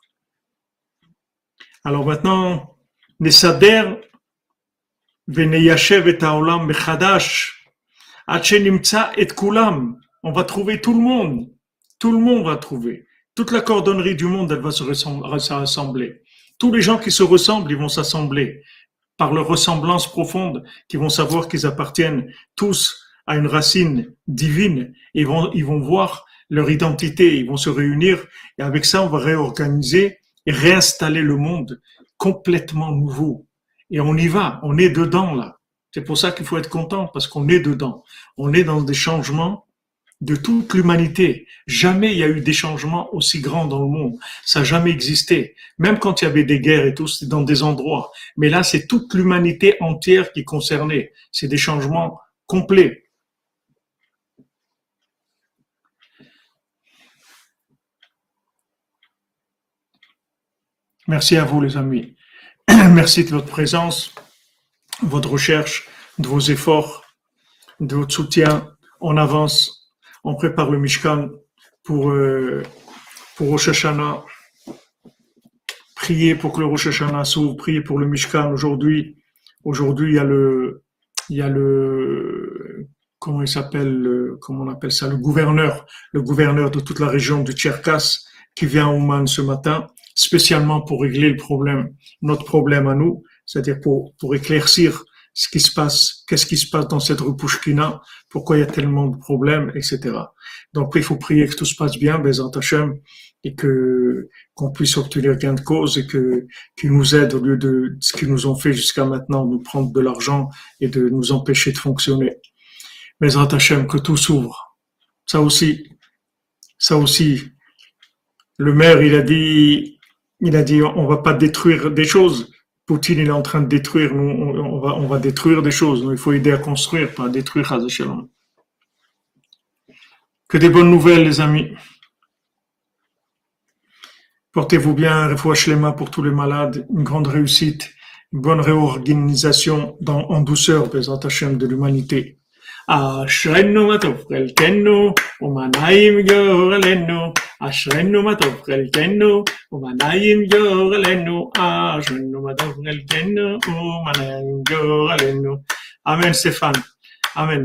Alors maintenant, Nesader Veneyashev et Haolam Mechadash, Hachenimtsa et Kulam. On va trouver tout le monde. Tout le monde va trouver. Toute la cordonnerie du monde, elle va se rassembler. Tous les gens qui se ressemblent, ils vont s'assembler par leur ressemblance profonde, qui vont savoir qu'ils appartiennent tous à une racine divine. Ils vont, ils vont voir leur identité, ils vont se réunir et avec ça, on va réorganiser et réinstaller le monde complètement nouveau. Et on y va, on est dedans là. C'est pour ça qu'il faut être content parce qu'on est dedans. On est dans des changements de toute l'humanité. Jamais il y a eu des changements aussi grands dans le monde. Ça n'a jamais existé. Même quand il y avait des guerres et tout, c'était dans des endroits. Mais là, c'est toute l'humanité entière qui est concernée. C'est des changements complets. Merci à vous, les amis. Merci de votre présence. votre recherche, de vos efforts, de votre soutien. On avance, on prépare le Mishkan pour, euh, pour Rosh Hashanah. Priez pour que le Rosh Hashanah s'ouvre, priez pour le Mishkan. Aujourd'hui, aujourd'hui, il y a le, il y a le, comment il s'appelle, comment on appelle ça, le gouverneur, le gouverneur de toute la région de Tcherkass qui vient à Ouman ce matin, spécialement pour régler le problème, notre problème à nous, c'est-à-dire pour, pour éclaircir ce qui se passe, qu'est-ce qui se passe dans cette rue Pouchkina, pourquoi il y a tellement de problèmes, et cetera. Donc, il faut prier que tout se passe bien, Bezrat Hashem, et que, qu'on puisse obtenir gain de cause et que, qu'ils nous aident au lieu de ce qu'ils nous ont fait jusqu'à maintenant, nous prendre de l'argent et de nous empêcher de fonctionner. Bezrat Hashem, que tout s'ouvre. Ça aussi, ça aussi, le maire, il a dit, il a dit, on va pas détruire des choses. Poutine, il est en train de détruire, nous, on, on va, on va détruire des choses. Il faut aider à construire, pas à détruire, Chas v'Shalom. Que des bonnes nouvelles, les amis. Portez-vous bien, refoua shlema pour tous les malades, une grande réussite, une bonne réorganisation dans, en douceur, Bezrat Hashem, de l'humanité. אשרנו מה טוב חלקנו ומה נעים גורלנו אשרנו מה טוב חלקנו ומה נעים גורלנו אשרנו מה טוב חלקנו ומה נעים גורלנו אמן סטפן אמן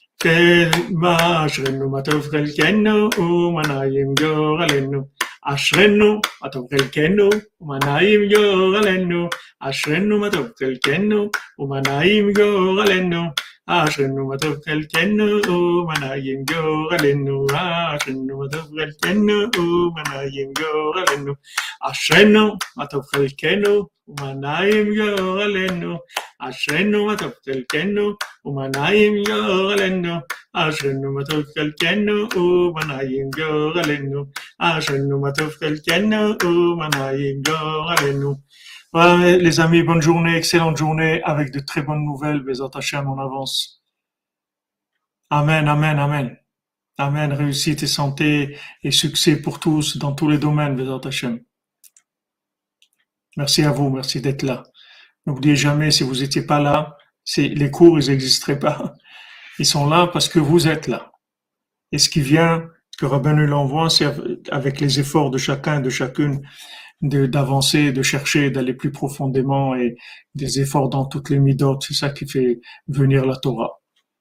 אשרנו מה טוב חלקנו ומה נעים גורלנו אשרנו מה טוב חלקנו ומה נעים גורלנו אשרנו מה טוב חלקנו ומה נעים גורלנו אשרנו מה טוב חלקנו ומה נעים גורלנו אשרנו מה טוב חלקנו ומה נעים גורלנו אשרנו מה טוב חלקנו ומה נעים גורלנו אשרנו מה טוב חלקנו ומה נעים גורלנו אשרנו מה טוב חלקנו ומה נעים גורלנו אשרנו מה טוב חלקנו ומה נעים גורלנו. Voilà, les amis, bonne journée, excellente journée, avec de très bonnes nouvelles, Bezrat Hashem, on avance. Amen, amen, amen. Amen, réussite et santé et succès pour tous, dans tous les domaines, Bezrat Hashem. Merci à vous, merci d'être là. N'oubliez jamais, si vous n'étiez pas là, c'est, les cours, ils n'existeraient pas. Ils sont là parce que vous êtes là. Et ce qui vient, que Rabbeinu l'envoie, c'est avec les efforts de chacun et de chacune, de, d'avancer, de chercher, d'aller plus profondément et des efforts dans toutes les midot, c'est ça qui fait venir la Torah.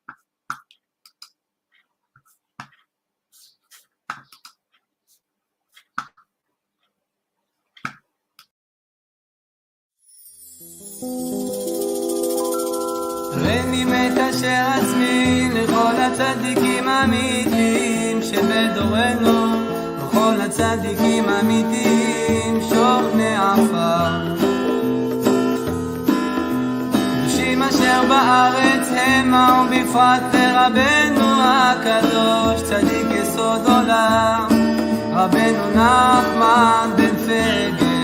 רני מקשר עצמי לכל הצדיקים האמיתיים שבדורנו וכל הצדיקים האמיתיים שוכני עפר קדושים אשר בארץ המה ובפרט לרבנו הקדוש צדיק יסוד עולם רבנו נחמן בן פגל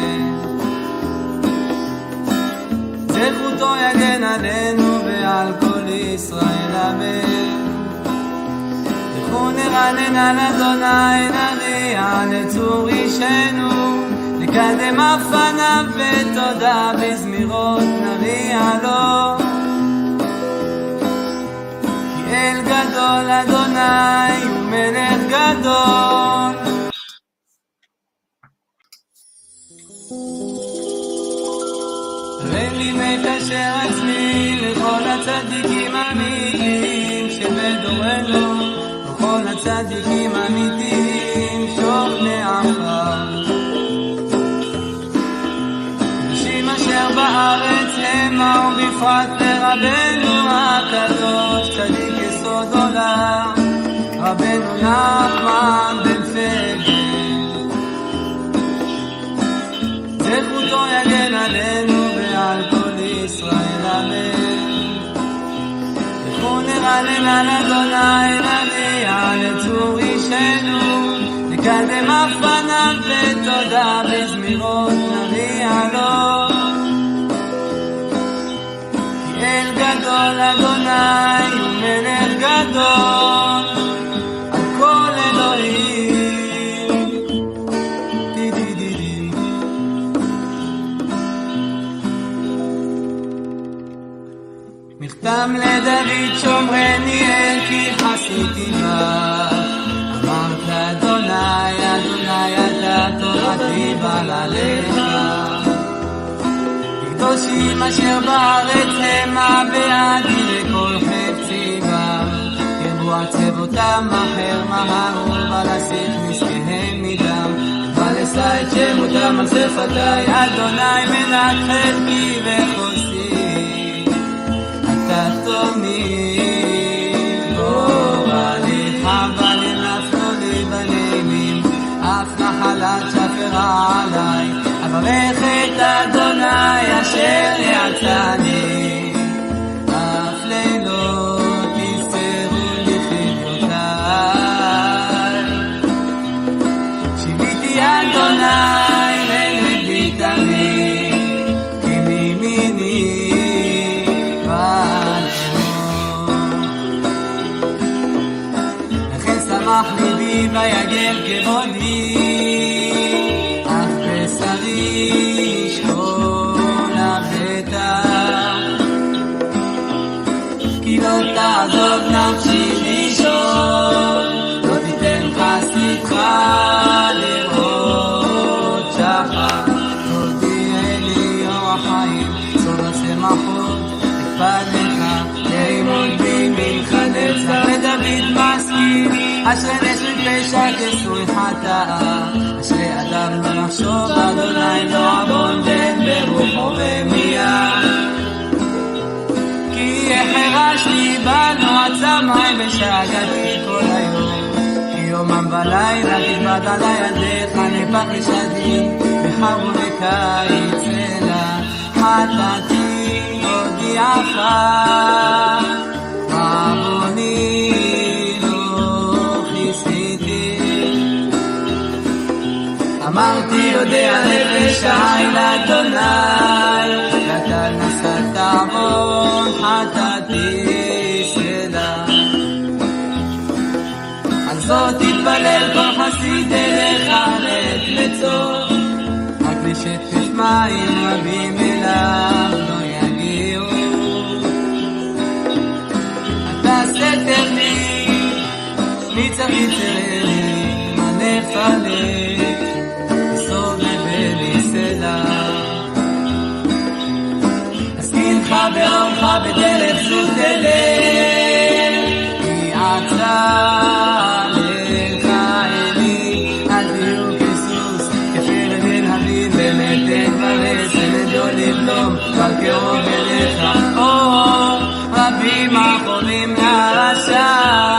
זכותו יגן עלינו ועל כל ישראל אמן לכו נרנן על אדוני נריע לצור אישנו לקדם אף פניו בתודה בזמירות נריע לו כי אל גדול אדוני ומלך גדול רני מקשר עצמי לכל הצדיקים האמיתיים שבדורנו וכל הצדיקים האמיתיים שוכני עפר קדושים אשר בארץ המה ובפרט לרבנו הקדוש צדיק יסוד עולם רבנו נחמן בן פגל זכותו יגן עלינו ועל כל ישראל אמן לכו נרנן על אדוני נריע לצור אישנו לקדם אף פניו בתודה בזמירות נריע לו כי אל גדול אדוני ומלך גדול על כל אלוהים דוד שומרני אל כי חסיתי בה. אמרת אדוני, אדוני אתה תורתי בעלליך. קדושים אשר בארץ המה בעדי לכל חפצי בה. ירבו עצבותם אחר מהרו ולהסיק נזקיהם מדם. ולשא את שמותם על שפתי אדוני מנת חלקי וחוסי. אתה תמיד בורא לי חווה לי נפלו לי בנימים אף נחלת שפרה עלי. אברך את אדוני אשר יצאני אף לילות יסתרו לי חיותיי. שיביתי אדוני ונגדי תמיד כי מימיני ואלמות. לכן שמח ליבי ויגל כבודי אף בשרי ישכון הבטח. כי לא תעזוב נפשי לישון לא תיתן חסידך לראות שחר. תודיע לי אור החיים סוד השמחות אכפת לך תעמוד בי מלחנך. ודוד מסכים אשרי נשק פשע כסוי חטאה. אשרי אדם במחשוב אדוני לא עוון בן ברוחו ומיד. כי החרשתי בנו עצמי ושאגתי כל היום. כי יומם ולילה תכבד עלי ידך נפח לשדי בחרו לקיץ לילה. חטאתי הודיעך עווני אמרתי יודע נפש העין אדוני ואתה נשאת עוון חטאתי סלע. על זאת תתפלל כל חסיד אליך לעת לצור רק לשטף מים רבים אליו לא יגיעו. אתה סתר לי ניצח יצרני מנפלק באורך בדרך זו תלך כי עצה לך אלי. אל תהיו כסוס כפיר בן הבין במתן ורסן לדו לבלום כבר קרוב אליך. או רבים החולים מהרשע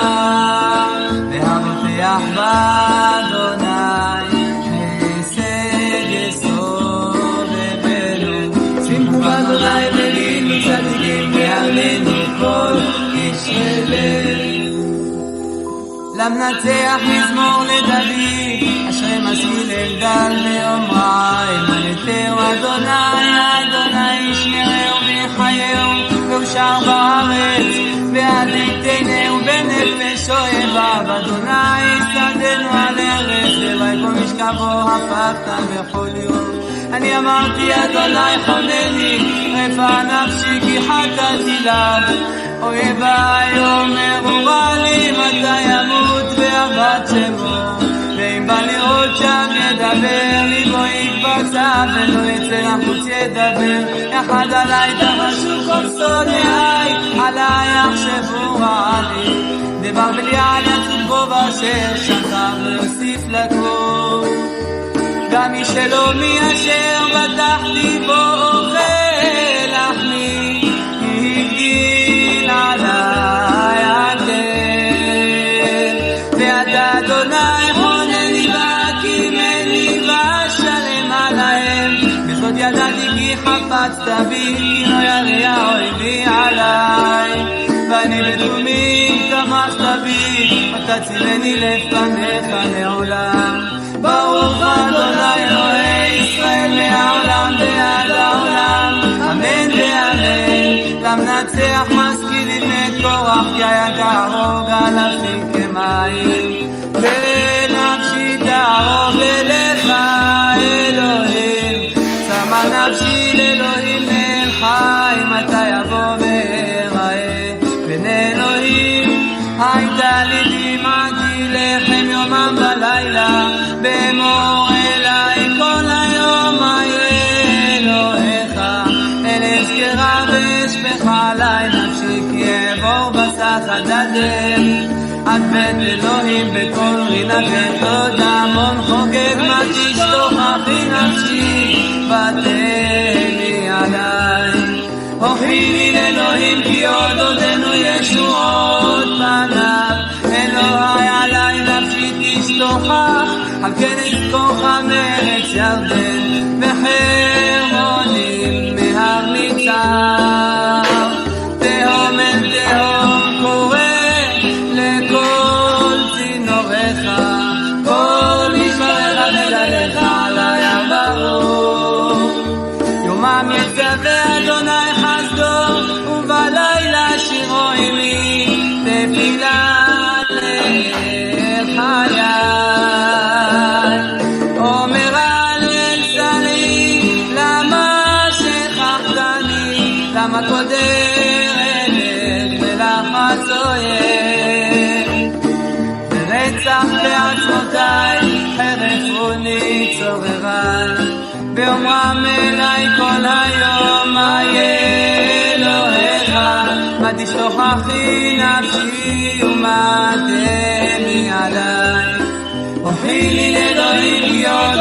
והבוטח באדוני חסד יסוד לבנו. שמחו באדוני צדיקים ועלינו כל איש לב. למנצח מזמור לדוד אשרי משכיל אלדד לאומרה אמנתהו אדוני אדוני ישמרהו ויחייהו ואושר בארץ ועדיתנו בנפש אוהביו. אדוני יסעדנו על ארץ לבית ומשכבו הפכת בכל יום. אני אמרתי אדוני חונני רפא נפשי כי חטאתי לך. אויביי אומרו רע לי מתי ימות ואבד שמו. ואם בא לראות שם ידבר ליבו יתבצע ולא יצא לחוץ ידבר. יחד עליי תחשו כל שונאי עליי יחשבו רע לי. דבר בליעל יצאו בו ואשר שכב לא יוסיף לכו. גם מי שלא מי אשר בטחתי בו אוכל לחמי הגדיל עליי הקל. ואתה אדוני חונני והקימני ואשלם עליהם. בזאת ידעתי כי חפצת בי כי לא ירא אויבי עליי. ואני בתומים תמכת בי ותצילני לפניך לעולם. ברוך אדוני אלוהי ישראל מהעולם ועד העולם אמן ואמן. למנצח משכיל לבני קורח כי היה תערוג אלפים כמים ונפשי תערוג אליך אלוהים. שמה נפשי לאלוהים נר חי מתי יבוא ויראה באמור אליי כל היום איה אלוהיך אל אזכרה ואשפך עלי נפשי כי אעבור בסחת אדם עד בית אלוהים בכל רינה ותודה המון חוגג מה תשתוכחי נפשי ותן לי עליי הוכיחי לאלוהים כי עוד עודנו ישועות פניו אלוהי עלי נפשי תשתוכח על כן אזכוך מארץ ירדן וחרמונים מהר ניצב תהום אל תהום קורא לכל צינוריך כל משמריך וגליך עלי הברור יומם יצווה אדוני חסדו ובלילה שירו עמי תפילה לחיי אומר הלל שלי למה שכחתני למה קודר אלך ולחץ אויב ורצח בעצמותיי חרף רוני צוררן באומרם אליי כל היום איה אלוהיך מה תשתוכחי נפשי ומה תמי עליי הוכיחי לאלוהים כי עוד